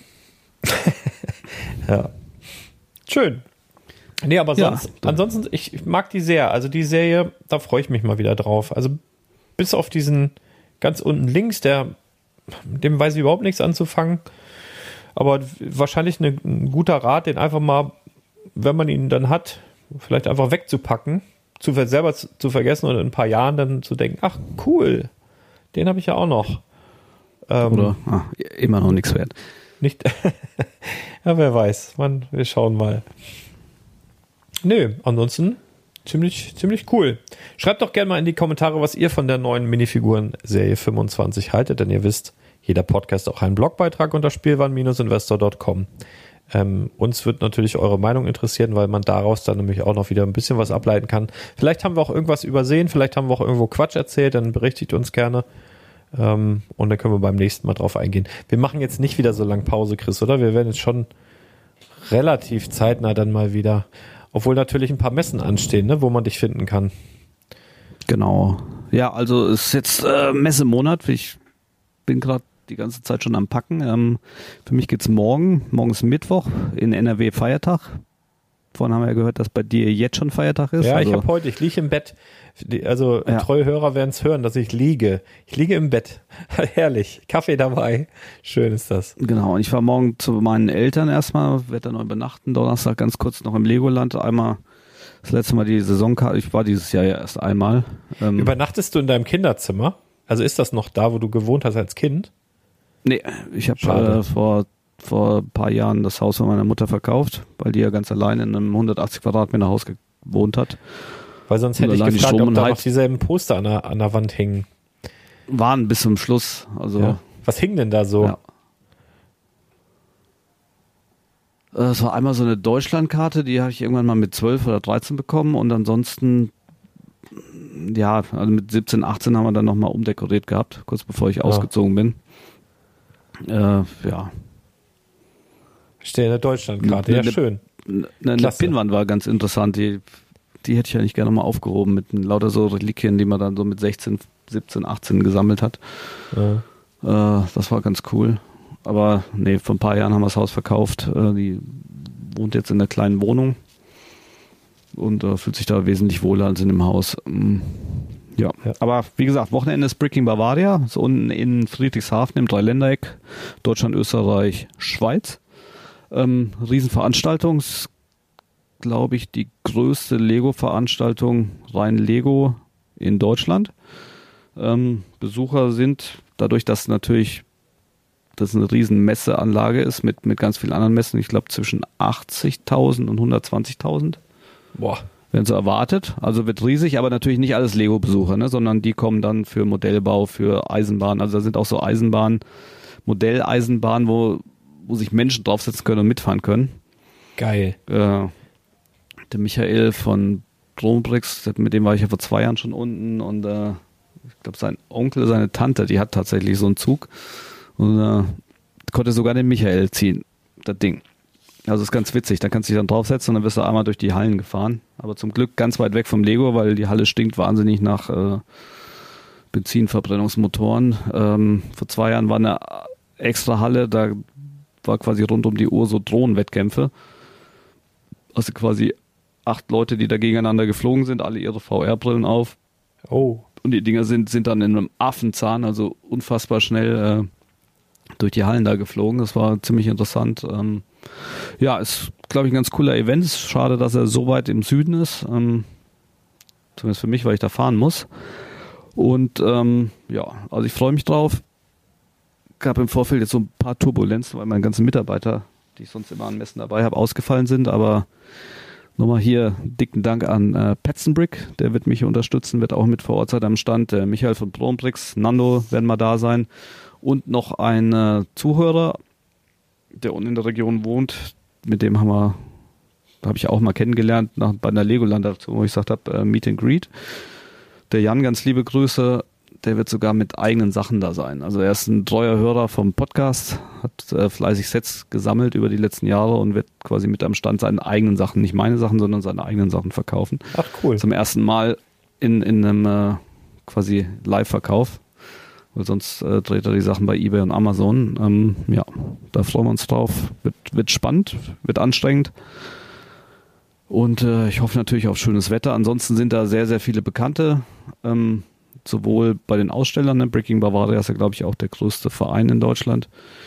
Ja. Schön. Nee, aber ansonsten, ich mag die sehr. Also die Serie, da freue ich mich mal wieder drauf. Also bis auf diesen ganz unten links, dem weiß ich überhaupt nichts anzufangen. Aber wahrscheinlich ein guter Rat, den einfach mal, wenn man ihn dann hat, vielleicht einfach wegzupacken, selber zu vergessen und in ein paar Jahren dann zu denken, ach cool, Den habe ich ja auch noch. Oder immer noch nichts wert. Nicht. Ja, wer weiß. Wir schauen mal. Nö, ansonsten ziemlich cool. Schreibt doch gerne mal in die Kommentare, was ihr von der neuen Minifiguren-Serie 25 haltet, denn ihr wisst, jeder Podcast auch einen Blogbeitrag unter spielwaren-investor.com. Uns wird natürlich eure Meinung interessieren, weil man daraus dann nämlich auch noch wieder ein bisschen was ableiten kann. Vielleicht haben wir auch irgendwas übersehen, vielleicht haben wir auch irgendwo Quatsch erzählt, dann berichtigt uns gerne. Und dann können wir beim nächsten Mal drauf eingehen. Wir machen jetzt nicht wieder so lange Pause, Chris, oder? Wir werden jetzt schon relativ zeitnah dann mal wieder, obwohl natürlich ein paar Messen anstehen, ne, wo man dich finden kann. Genau. Ja, also es ist jetzt Messemonat. Ich bin gerade die ganze Zeit schon am Packen. Für mich geht's morgen ist Mittwoch, in NRW Feiertag. Vorhin haben wir ja gehört, dass bei dir jetzt schon Feiertag ist. Ja, also, ich liege im Bett. Also treue Hörer werden es hören, dass ich liege. Ich liege im Bett. Herrlich. Kaffee dabei. Schön ist das. Genau, und ich fahre morgen zu meinen Eltern erstmal, werde dann noch übernachten. Donnerstag ganz kurz noch im Legoland. Einmal das letzte Mal die Saisonkarte. Ich war dieses Jahr ja erst einmal. Übernachtest du in deinem Kinderzimmer? Also ist das noch da, wo du gewohnt hast als Kind? Nee, ich habe vor ein paar Jahren das Haus von meiner Mutter verkauft, weil die ja ganz allein in einem 180 Quadratmeter Haus gewohnt hat. Weil sonst hätte ich gefragt, ob da noch dieselben Poster an der Wand hingen. Waren bis zum Schluss. Also ja. Was hing denn da so? Ja. Es war einmal so eine Deutschlandkarte, die habe ich irgendwann mal mit 12 oder 13 bekommen und ansonsten, ja, also mit 17, 18 haben wir dann nochmal umdekoriert gehabt, kurz bevor ich ausgezogen bin. Ja. Steht in der Deutschlandkarte, ja schön. Eine Pinnwand war ganz interessant, die hätte ich eigentlich gerne mal aufgehoben mit lauter so Reliquien, die man dann so mit 16, 17, 18 gesammelt hat. Ja. Das war ganz cool. Aber nee, vor ein paar Jahren haben wir das Haus verkauft. Die wohnt jetzt in einer kleinen Wohnung und fühlt sich da wesentlich wohler als in dem Haus. Ja, aber wie gesagt, Wochenende ist Bricking Bavaria, so unten in Friedrichshafen im Dreiländereck, Deutschland, Österreich, Schweiz. Riesenveranstaltung, glaube ich, die größte Lego-Veranstaltung, rein Lego in Deutschland. Besucher sind, dadurch, dass natürlich das eine riesen Messeanlage ist, mit ganz vielen anderen Messen, ich glaube zwischen 80.000 und 120.000. Boah. Werden so erwartet. Also wird riesig, aber natürlich nicht alles Lego-Besucher, ne, sondern die kommen dann für Modellbau, für Eisenbahn. Also da sind auch so Modelleisenbahnen, wo sich Menschen draufsetzen können und mitfahren können. Geil. Der Michael von Brombrix, mit dem war ich ja vor 2 Jahren schon unten und ich glaube sein Onkel, seine Tante, die hat tatsächlich so einen Zug und konnte sogar den Michael ziehen, das Ding. Also ist ganz witzig, da kannst du dich dann draufsetzen und dann wirst du einmal durch die Hallen gefahren. Aber zum Glück ganz weit weg vom Lego, weil die Halle stinkt wahnsinnig nach Benzinverbrennungsmotoren. Vor 2 Jahren war eine extra Halle, da war quasi rund um die Uhr so Drohnenwettkämpfe. Also quasi 8 Leute, die da gegeneinander geflogen sind, alle ihre VR-Brillen auf. Oh. Und die Dinger sind dann in einem Affenzahn, also unfassbar schnell durch die Hallen da geflogen. Das war ziemlich interessant. Ja, ist, glaube ich, ein ganz cooler Event. Ist schade, dass er so weit im Süden ist. Zumindest für mich, weil ich da fahren muss. Und ja, also ich freue mich drauf. Gab im Vorfeld jetzt so ein paar Turbulenzen, weil meine ganzen Mitarbeiter, die ich sonst immer an Messen dabei habe, ausgefallen sind. Aber nochmal hier dicken Dank an Petzenbrick. Der wird mich hier unterstützen, wird auch mit vor Ort sein am Stand. Michael von Brombrix, Nando werden mal da sein. Und noch ein Zuhörer, der unten in der Region wohnt, mit dem habe ich auch mal kennengelernt bei einer Legoland-Aktion, wo ich gesagt habe, Meet and Greet. Der Jan, ganz liebe Grüße, der wird sogar mit eigenen Sachen da sein. Also er ist ein treuer Hörer vom Podcast, hat fleißig Sets gesammelt über die letzten Jahre und wird quasi mit am Stand seine eigenen Sachen, nicht meine Sachen, sondern seine eigenen Sachen verkaufen. Ach cool. Zum ersten Mal in einem quasi Live-Verkauf. Weil sonst dreht er die Sachen bei eBay und Amazon. Ja, da freuen wir uns drauf. Wird spannend, wird anstrengend. Und ich hoffe natürlich auf schönes Wetter. Ansonsten sind da sehr, sehr viele Bekannte. Sowohl bei den Ausstellern, ne? Bricking Bavaria ist ja, glaube ich, auch der größte Verein in Deutschland.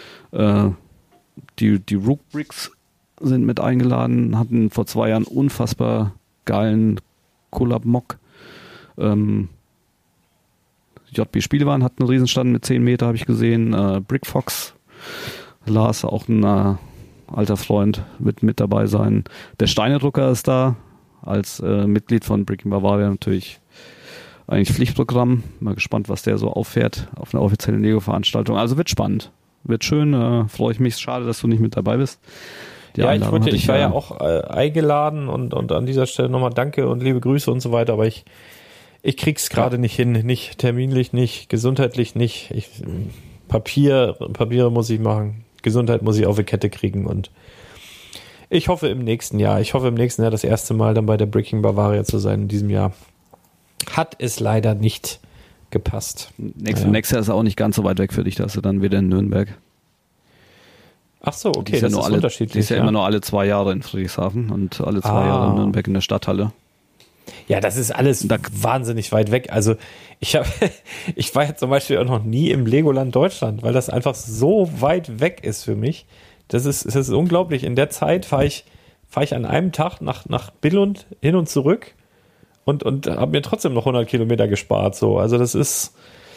Die Rook Bricks sind mit eingeladen, hatten vor 2 Jahren unfassbar geilen Collab-Mock. JB Spielwaren hat einen Riesenstand mit 10 Meter, habe ich gesehen. Brickfox, Lars, auch ein alter Freund, wird mit dabei sein. Der Steinedrucker ist da, als Mitglied von Bricking Bavaria natürlich eigentlich Pflichtprogramm. Mal gespannt, was der so auffährt auf einer offiziellen Lego-Veranstaltung. Also wird spannend. Wird schön, freue ich mich. Schade, dass du nicht mit dabei bist. Ich war ja auch eingeladen und an dieser Stelle nochmal Danke und liebe Grüße und so weiter, aber ich krieg's gerade nicht hin, nicht terminlich, nicht gesundheitlich, nicht. Papiere muss ich machen, Gesundheit muss ich auf die Kette kriegen und ich hoffe im nächsten Jahr das erste Mal dann bei der Bricking Bavaria zu sein in diesem Jahr. Hat es leider nicht gepasst. Nächstes Jahr ist auch nicht ganz so weit weg für dich, da hast du dann wieder in Nürnberg. Ach so, okay, das ist unterschiedlich. Die ist ja immer nur alle 2 Jahre in Friedrichshafen und alle 2 Jahre in Nürnberg in der Stadthalle. Ja, das ist alles wahnsinnig weit weg. Also ich war ja zum Beispiel auch noch nie im Legoland Deutschland, weil das einfach so weit weg ist für mich. Das ist unglaublich. In der Zeit fahre ich an einem Tag nach Billund hin und zurück und habe mir trotzdem noch 100 Kilometer gespart. So, also das ist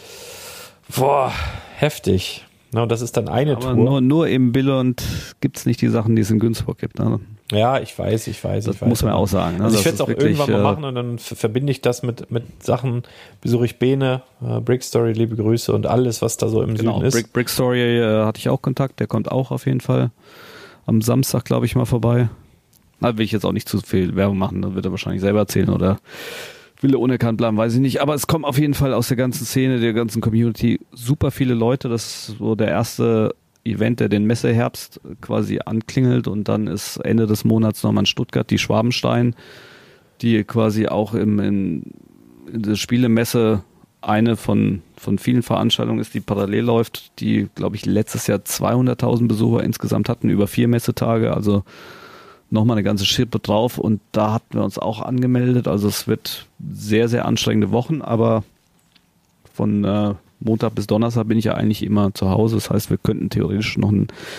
heftig. Na, und das ist dann eine aber Tour. Nur im Billund gibt es nicht die Sachen, die es in Günzburg gibt. Ne? Ja, ich weiß. Das muss man auch sagen. Ne? Also ich werde es auch irgendwann mal machen und dann verbinde ich das mit Sachen, besuche ich Bene, Brickstory, liebe Grüße und alles, was da so im Süden ist. Brickstory hatte ich auch Kontakt, der kommt auch auf jeden Fall am Samstag, glaube ich, mal vorbei. Da will ich jetzt auch nicht zu viel Werbung machen, dann wird er wahrscheinlich selber erzählen oder will er unerkannt bleiben, weiß ich nicht. Aber es kommen auf jeden Fall aus der ganzen Szene, der ganzen Community super viele Leute. Das ist so der erste Event, der den Messeherbst quasi anklingelt und dann ist Ende des Monats nochmal in Stuttgart die Schwabenstein, die quasi auch in der Spielemesse eine von vielen Veranstaltungen ist, die parallel läuft, die, glaube ich, letztes Jahr 200.000 Besucher insgesamt hatten, über 4 Messetage, also nochmal eine ganze Schippe drauf und da hatten wir uns auch angemeldet, also es wird sehr, sehr anstrengende Wochen, aber von Montag bis Donnerstag bin ich ja eigentlich immer zu Hause, das heißt, wir könnten theoretisch noch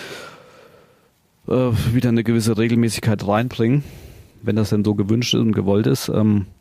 wieder eine gewisse Regelmäßigkeit reinbringen, wenn das denn so gewünscht ist und gewollt ist.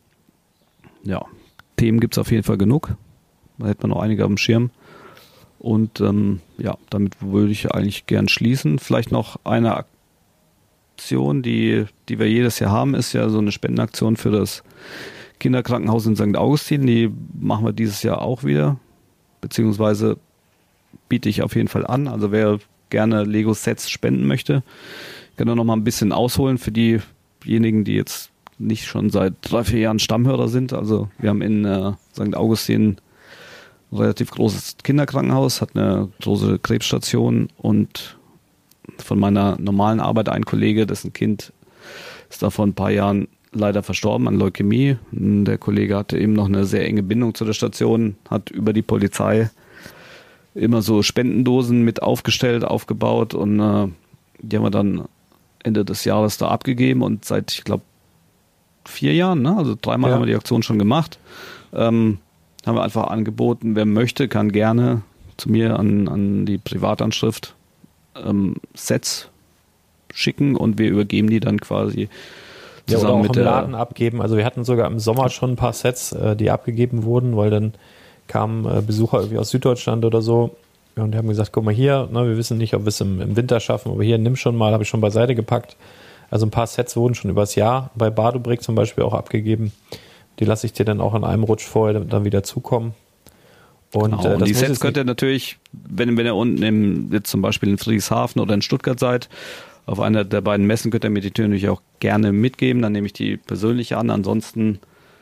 Themen gibt es auf jeden Fall genug, da hätte man noch einige auf dem Schirm und damit würde ich eigentlich gern schließen. Vielleicht noch eine Aktion, die wir jedes Jahr haben, ist ja so eine Spendenaktion für das Kinderkrankenhaus in St. Augustin. Die machen wir dieses Jahr auch wieder, beziehungsweise biete ich auf jeden Fall an. Also wer gerne Lego-Sets spenden möchte, kann auch noch mal ein bisschen ausholen für diejenigen, die jetzt nicht schon seit 3-4 Jahren Stammhörer sind. Also wir haben in St. Augustin ein relativ großes Kinderkrankenhaus, hat eine große Krebsstation und von meiner normalen Arbeit ein Kollege, dessen Kind ist da vor ein paar Jahren leider verstorben an Leukämie. Der Kollege hatte eben noch eine sehr enge Bindung zu der Station, hat über die Polizei immer so Spendendosen mit aufgestellt, aufgebaut und die haben wir dann Ende des Jahres da abgegeben und seit, ich glaube, 4 Jahren, ne? Also 3-mal haben wir die Aktion schon gemacht, haben wir einfach angeboten, wer möchte, kann gerne zu mir an die Privatanschrift Sets schicken und wir übergeben die dann quasi zusammen oder auch mit im Laden abgeben. Also wir hatten sogar im Sommer schon ein paar Sets, die abgegeben wurden, weil dann kamen Besucher irgendwie aus Süddeutschland oder so und die haben gesagt, guck mal hier, ne, wir wissen nicht, ob wir es im Winter schaffen, aber hier, nimm schon mal, habe ich schon beiseite gepackt. Also ein paar Sets wurden schon übers Jahr bei Badobrick zum Beispiel auch abgegeben. Die lasse ich dir dann auch in einem Rutsch vorher dann wieder zukommen. Und, und die Sets könnt ihr natürlich, wenn ihr unten jetzt zum Beispiel in Friedrichshafen oder in Stuttgart seid, auf einer der beiden Messen könnt ihr mir die Tür natürlich auch gerne mitgeben, dann nehme ich die persönlich an. Ansonsten,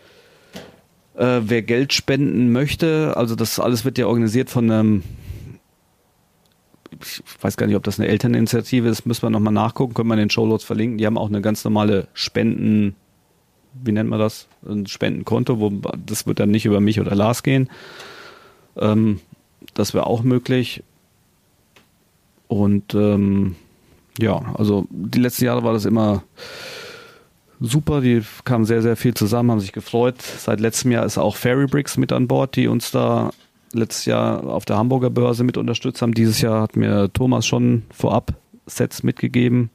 wer Geld spenden möchte, also das alles wird ja organisiert von einem, ich weiß gar nicht, ob das eine Elterninitiative ist, müssen wir nochmal nachgucken, können wir in den Shownotes verlinken. Die haben auch eine ganz normale Spenden, wie nennt man das? Ein Spendenkonto, das wird dann nicht über mich oder Lars gehen. Das wäre auch möglich. Und also die letzten Jahre war das immer super. Die kamen sehr, sehr viel zusammen, haben sich gefreut. Seit letztem Jahr ist auch Fairy Bricks mit an Bord, die uns da letztes Jahr auf der Hamburger Börse mit unterstützt haben. Dieses Jahr hat mir Thomas schon vorab Sets mitgegeben.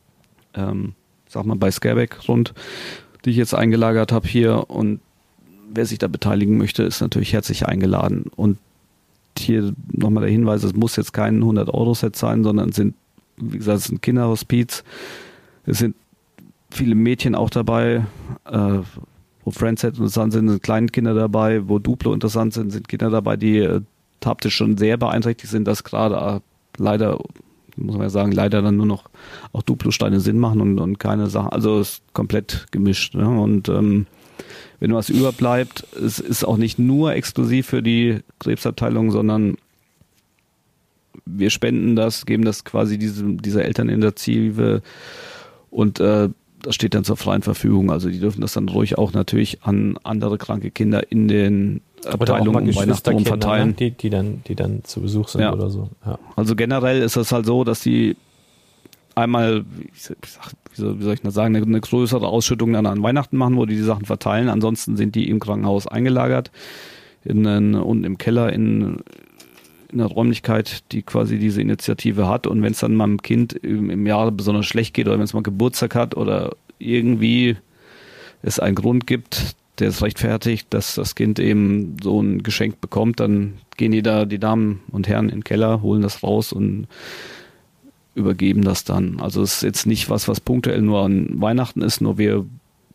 Bei Scareback rund, die ich jetzt eingelagert habe hier. Und wer sich da beteiligen möchte, ist natürlich herzlich eingeladen. Und hier nochmal der Hinweis, es muss jetzt kein 100-Euro-Set sein, sondern es sind, wie gesagt, es sind Kinderhospiz. Es sind viele Mädchen auch dabei, wo Friendset interessant sind kleine Kinder dabei, wo Duplo interessant sind Kinder dabei, die haptisch schon sehr beeinträchtigt sind, dass gerade leider, muss man ja sagen, leider dann nur noch auch Duplo-Steine Sinn machen und keine Sachen, also es ist komplett gemischt. Ne? Und wenn was überbleibt, es ist auch nicht nur exklusiv für die Krebsabteilung, sondern wir spenden das, geben das quasi dieser Elterninitiative und das steht dann zur freien Verfügung. Also die dürfen das dann ruhig auch natürlich an andere kranke Kinder in den Abteilungen um Weihnachten rum verteilen. Ne? Die dann zu Besuch sind oder so. Ja. Also generell ist es halt so, dass die einmal, wie soll ich das sagen, eine größere Ausschüttung dann an Weihnachten machen, wo die Sachen verteilen. Ansonsten sind die im Krankenhaus eingelagert, unten im Keller in einer Räumlichkeit, die quasi diese Initiative hat. Und wenn es dann mal einem Kind im Jahr besonders schlecht geht oder wenn es mal Geburtstag hat oder irgendwie es einen Grund gibt, der es rechtfertigt, dass das Kind eben so ein Geschenk bekommt, dann gehen die Damen und Herren in den Keller, holen das raus und übergeben das dann. Also es ist jetzt nicht was punktuell nur an Weihnachten ist, nur wir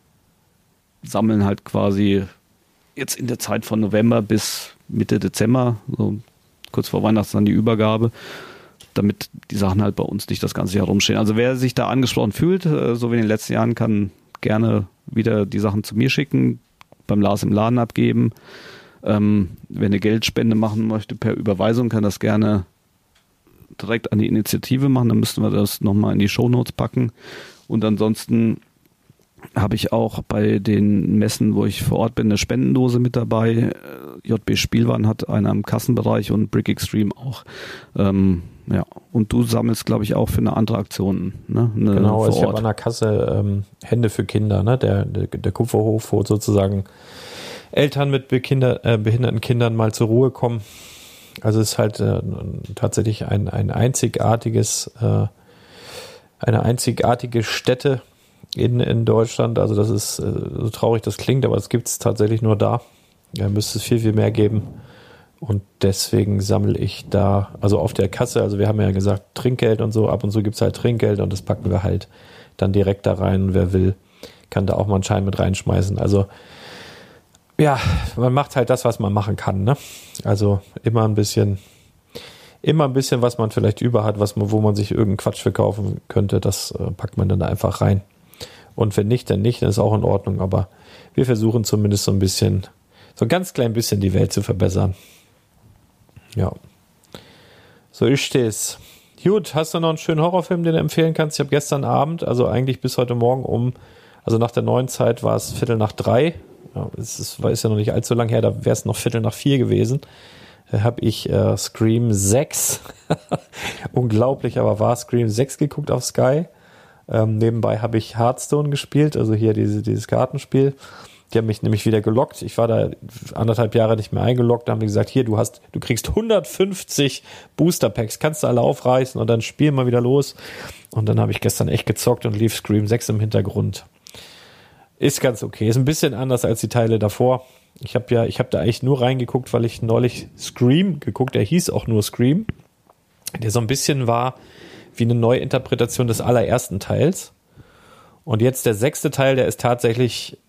sammeln halt quasi jetzt in der Zeit von November bis Mitte Dezember, so kurz vor Weihnachten dann die Übergabe, damit die Sachen halt bei uns nicht das ganze Jahr rumstehen. Also wer sich da angesprochen fühlt, so wie in den letzten Jahren, kann gerne wieder die Sachen zu mir schicken, beim Lars im Laden abgeben. Wer eine Geldspende machen möchte per Überweisung, kann das gerne direkt an die Initiative machen, dann müssten wir das nochmal in die Shownotes packen. Und ansonsten habe ich auch bei den Messen, wo ich vor Ort bin, eine Spendendose mit dabei. JB Spielwaren hat eine im Kassenbereich und Brick Extreme auch. Ja, und du sammelst, glaube ich, auch für eine andere Aktion. Ne? Genau, also ich habe an der Kasse Hände für Kinder, ne? Der Kupferhof, wo sozusagen Eltern mit behinderten Kindern mal zur Ruhe kommen. Also es ist halt tatsächlich eine einzigartige Stätte in Deutschland. Also das ist so traurig das klingt, aber es gibt es tatsächlich nur da. Da müsste es viel, viel mehr geben. Und deswegen sammle ich da, also auf der Kasse, also wir haben ja gesagt Trinkgeld und so, ab und zu gibt es halt Trinkgeld und das packen wir halt dann direkt da rein. Wer will, kann da auch mal einen Schein mit reinschmeißen. Also ja, man macht halt das, was man machen kann, ne? Also immer ein bisschen, was man vielleicht über hat, wo man sich irgendeinen Quatsch verkaufen könnte, das packt man dann einfach rein. Und wenn nicht, dann nicht, dann ist auch in Ordnung. Aber wir versuchen zumindest so ein ganz klein bisschen die Welt zu verbessern. Ja. So ist es. Gut, hast du noch einen schönen Horrorfilm, den du empfehlen kannst? Ich habe gestern Abend, also eigentlich bis heute Morgen also nach der neuen Zeit war es 2:45. Ja, ist ja noch nicht allzu lang her, da wäre es noch 3:45 gewesen. Da habe ich Scream 6, unglaublich, aber war Scream 6 geguckt auf Sky. Nebenbei habe ich Hearthstone gespielt, also hier dieses Kartenspiel. Die haben mich nämlich wieder gelockt. Ich war da 1,5 Jahre nicht mehr eingeloggt. Da haben die gesagt, hier, du kriegst 150 Booster Packs, kannst du alle aufreißen und dann spielen wir wieder los. Und dann habe ich gestern echt gezockt und lief Scream 6 im Hintergrund. Ist ganz okay. Ist ein bisschen anders als die Teile davor. Ich habe da eigentlich nur reingeguckt, weil ich neulich Scream geguckt, der hieß auch nur Scream, der so ein bisschen war wie eine Neuinterpretation des allerersten Teils. Und jetzt der 6. Teil, der ist tatsächlich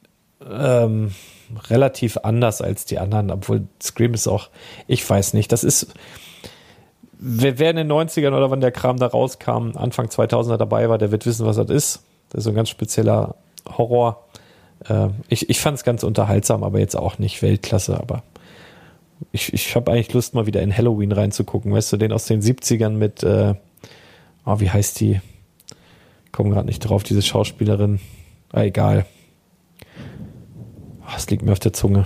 relativ anders als die anderen, obwohl Scream ist auch, ich weiß nicht, das ist, wer in den 90ern oder wann der Kram da rauskam, Anfang 2000er dabei war, der wird wissen, was das ist. Das ist so ein ganz spezieller Horror. Ich fand es ganz unterhaltsam, aber jetzt auch nicht Weltklasse, aber ich habe eigentlich Lust, mal wieder in Halloween reinzugucken, weißt du, den aus den 70ern mit, wie heißt die? Komme gerade nicht drauf, diese Schauspielerin. Egal. Es liegt mir auf der Zunge.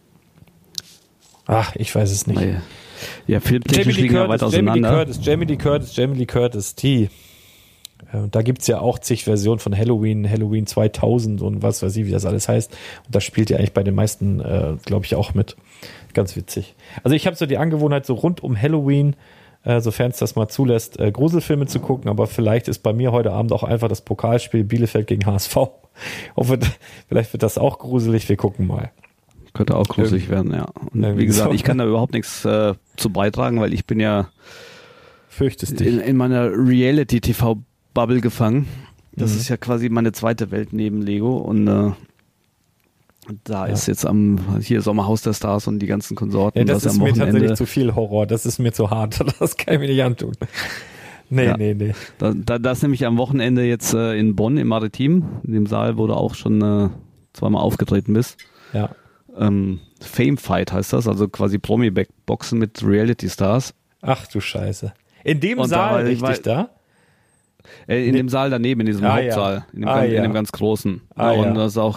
Ich weiß es nicht. Ja, filmtechnisch liegen wir weit auseinander. Jamie Lee Curtis, die. Da gibt es ja auch zig Versionen von Halloween 2000 und was weiß ich, wie das alles heißt. Und da spielt ihr eigentlich bei den meisten, glaube ich, auch mit. Ganz witzig. Also ich habe so die Angewohnheit, so rund um Halloween, sofern es das mal zulässt, Gruselfilme zu gucken. Aber vielleicht ist bei mir heute Abend auch einfach das Pokalspiel Bielefeld gegen HSV. Vielleicht wird das auch gruselig. Wir gucken mal. Könnte auch gruselig werden, ja. Und wie gesagt, ich kann da überhaupt nichts zu beitragen, weil ich bin ja Fürchtest dich. in meiner Reality-TV-Bubble gefangen. Das ist ja quasi meine zweite Welt neben Lego und da ist jetzt hier Sommerhaus der Stars und die ganzen Konsorten. Ja, das ist am mir Wochenende, tatsächlich zu viel Horror. Das ist mir zu hart. Das kann ich mir nicht antun. Nee. Das nämlich am Wochenende jetzt in Bonn im Maritim, in dem Saal, wo du auch schon zweimal aufgetreten bist. Ja. Fame Fight heißt das, also quasi Promi-Boxen mit Reality-Stars. Ach du Scheiße. In dem Und Saal da, richtig da? In dem Saal daneben, in diesem Hauptsaal, in dem ganz großen. Und das ist auch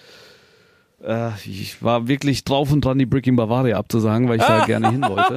ich war wirklich drauf und dran, die Breaking Bavaria abzusagen, weil ich da gerne hin wollte.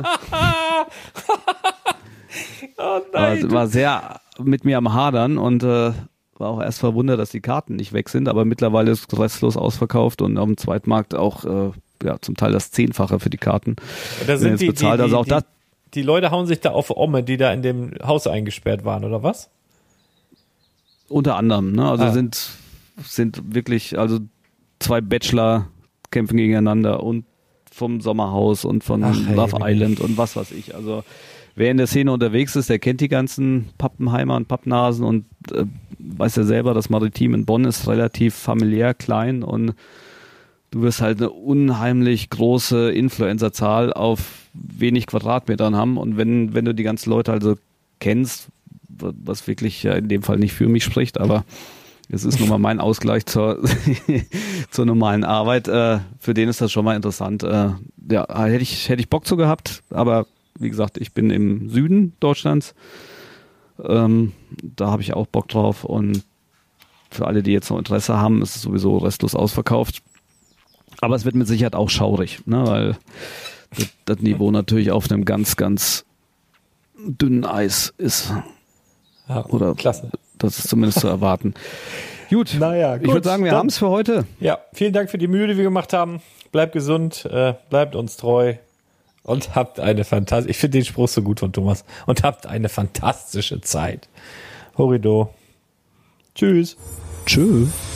Oh nein. War sehr mit mir am Hadern und war auch erst verwundert, dass die Karten nicht weg sind, aber mittlerweile ist es restlos ausverkauft und auf dem Zweitmarkt auch zum Teil das 10-fache für die Karten. Da sind die Leute hauen sich da auf Omme, die da in dem Haus eingesperrt waren, oder was? Unter anderem, ne? Also sind wirklich, also 2 Bachelor kämpfen gegeneinander und vom Sommerhaus und von Love Island und was weiß ich. Also wer in der Szene unterwegs ist, der kennt die ganzen Pappenheimer und Pappnasen und weiß ja selber, das Maritim in Bonn ist relativ familiär klein und du wirst halt eine unheimlich große Influencerzahl auf wenig Quadratmetern haben und wenn du die ganzen Leute also kennst, was wirklich in dem Fall nicht für mich spricht, aber es ist nun mal mein Ausgleich zur normalen Arbeit. Für den ist das schon mal interessant. Hätte ich Bock zu gehabt, aber wie gesagt, ich bin im Süden Deutschlands. Da habe ich auch Bock drauf und für alle, die jetzt noch Interesse haben, ist es sowieso restlos ausverkauft. Aber es wird mit Sicherheit auch schaurig, ne, weil das Niveau natürlich auf einem ganz, ganz dünnen Eis ist. Ja, oder klasse. Das ist zumindest zu erwarten. Gut, ich würde sagen, wir haben es für heute. Ja, vielen Dank für die Mühe, die wir gemacht haben. Bleibt gesund, bleibt uns treu und habt eine fantastische, ich finde den Spruch so gut von Thomas, und habt eine fantastische Zeit. Horrido. Tschüss. Tschüss.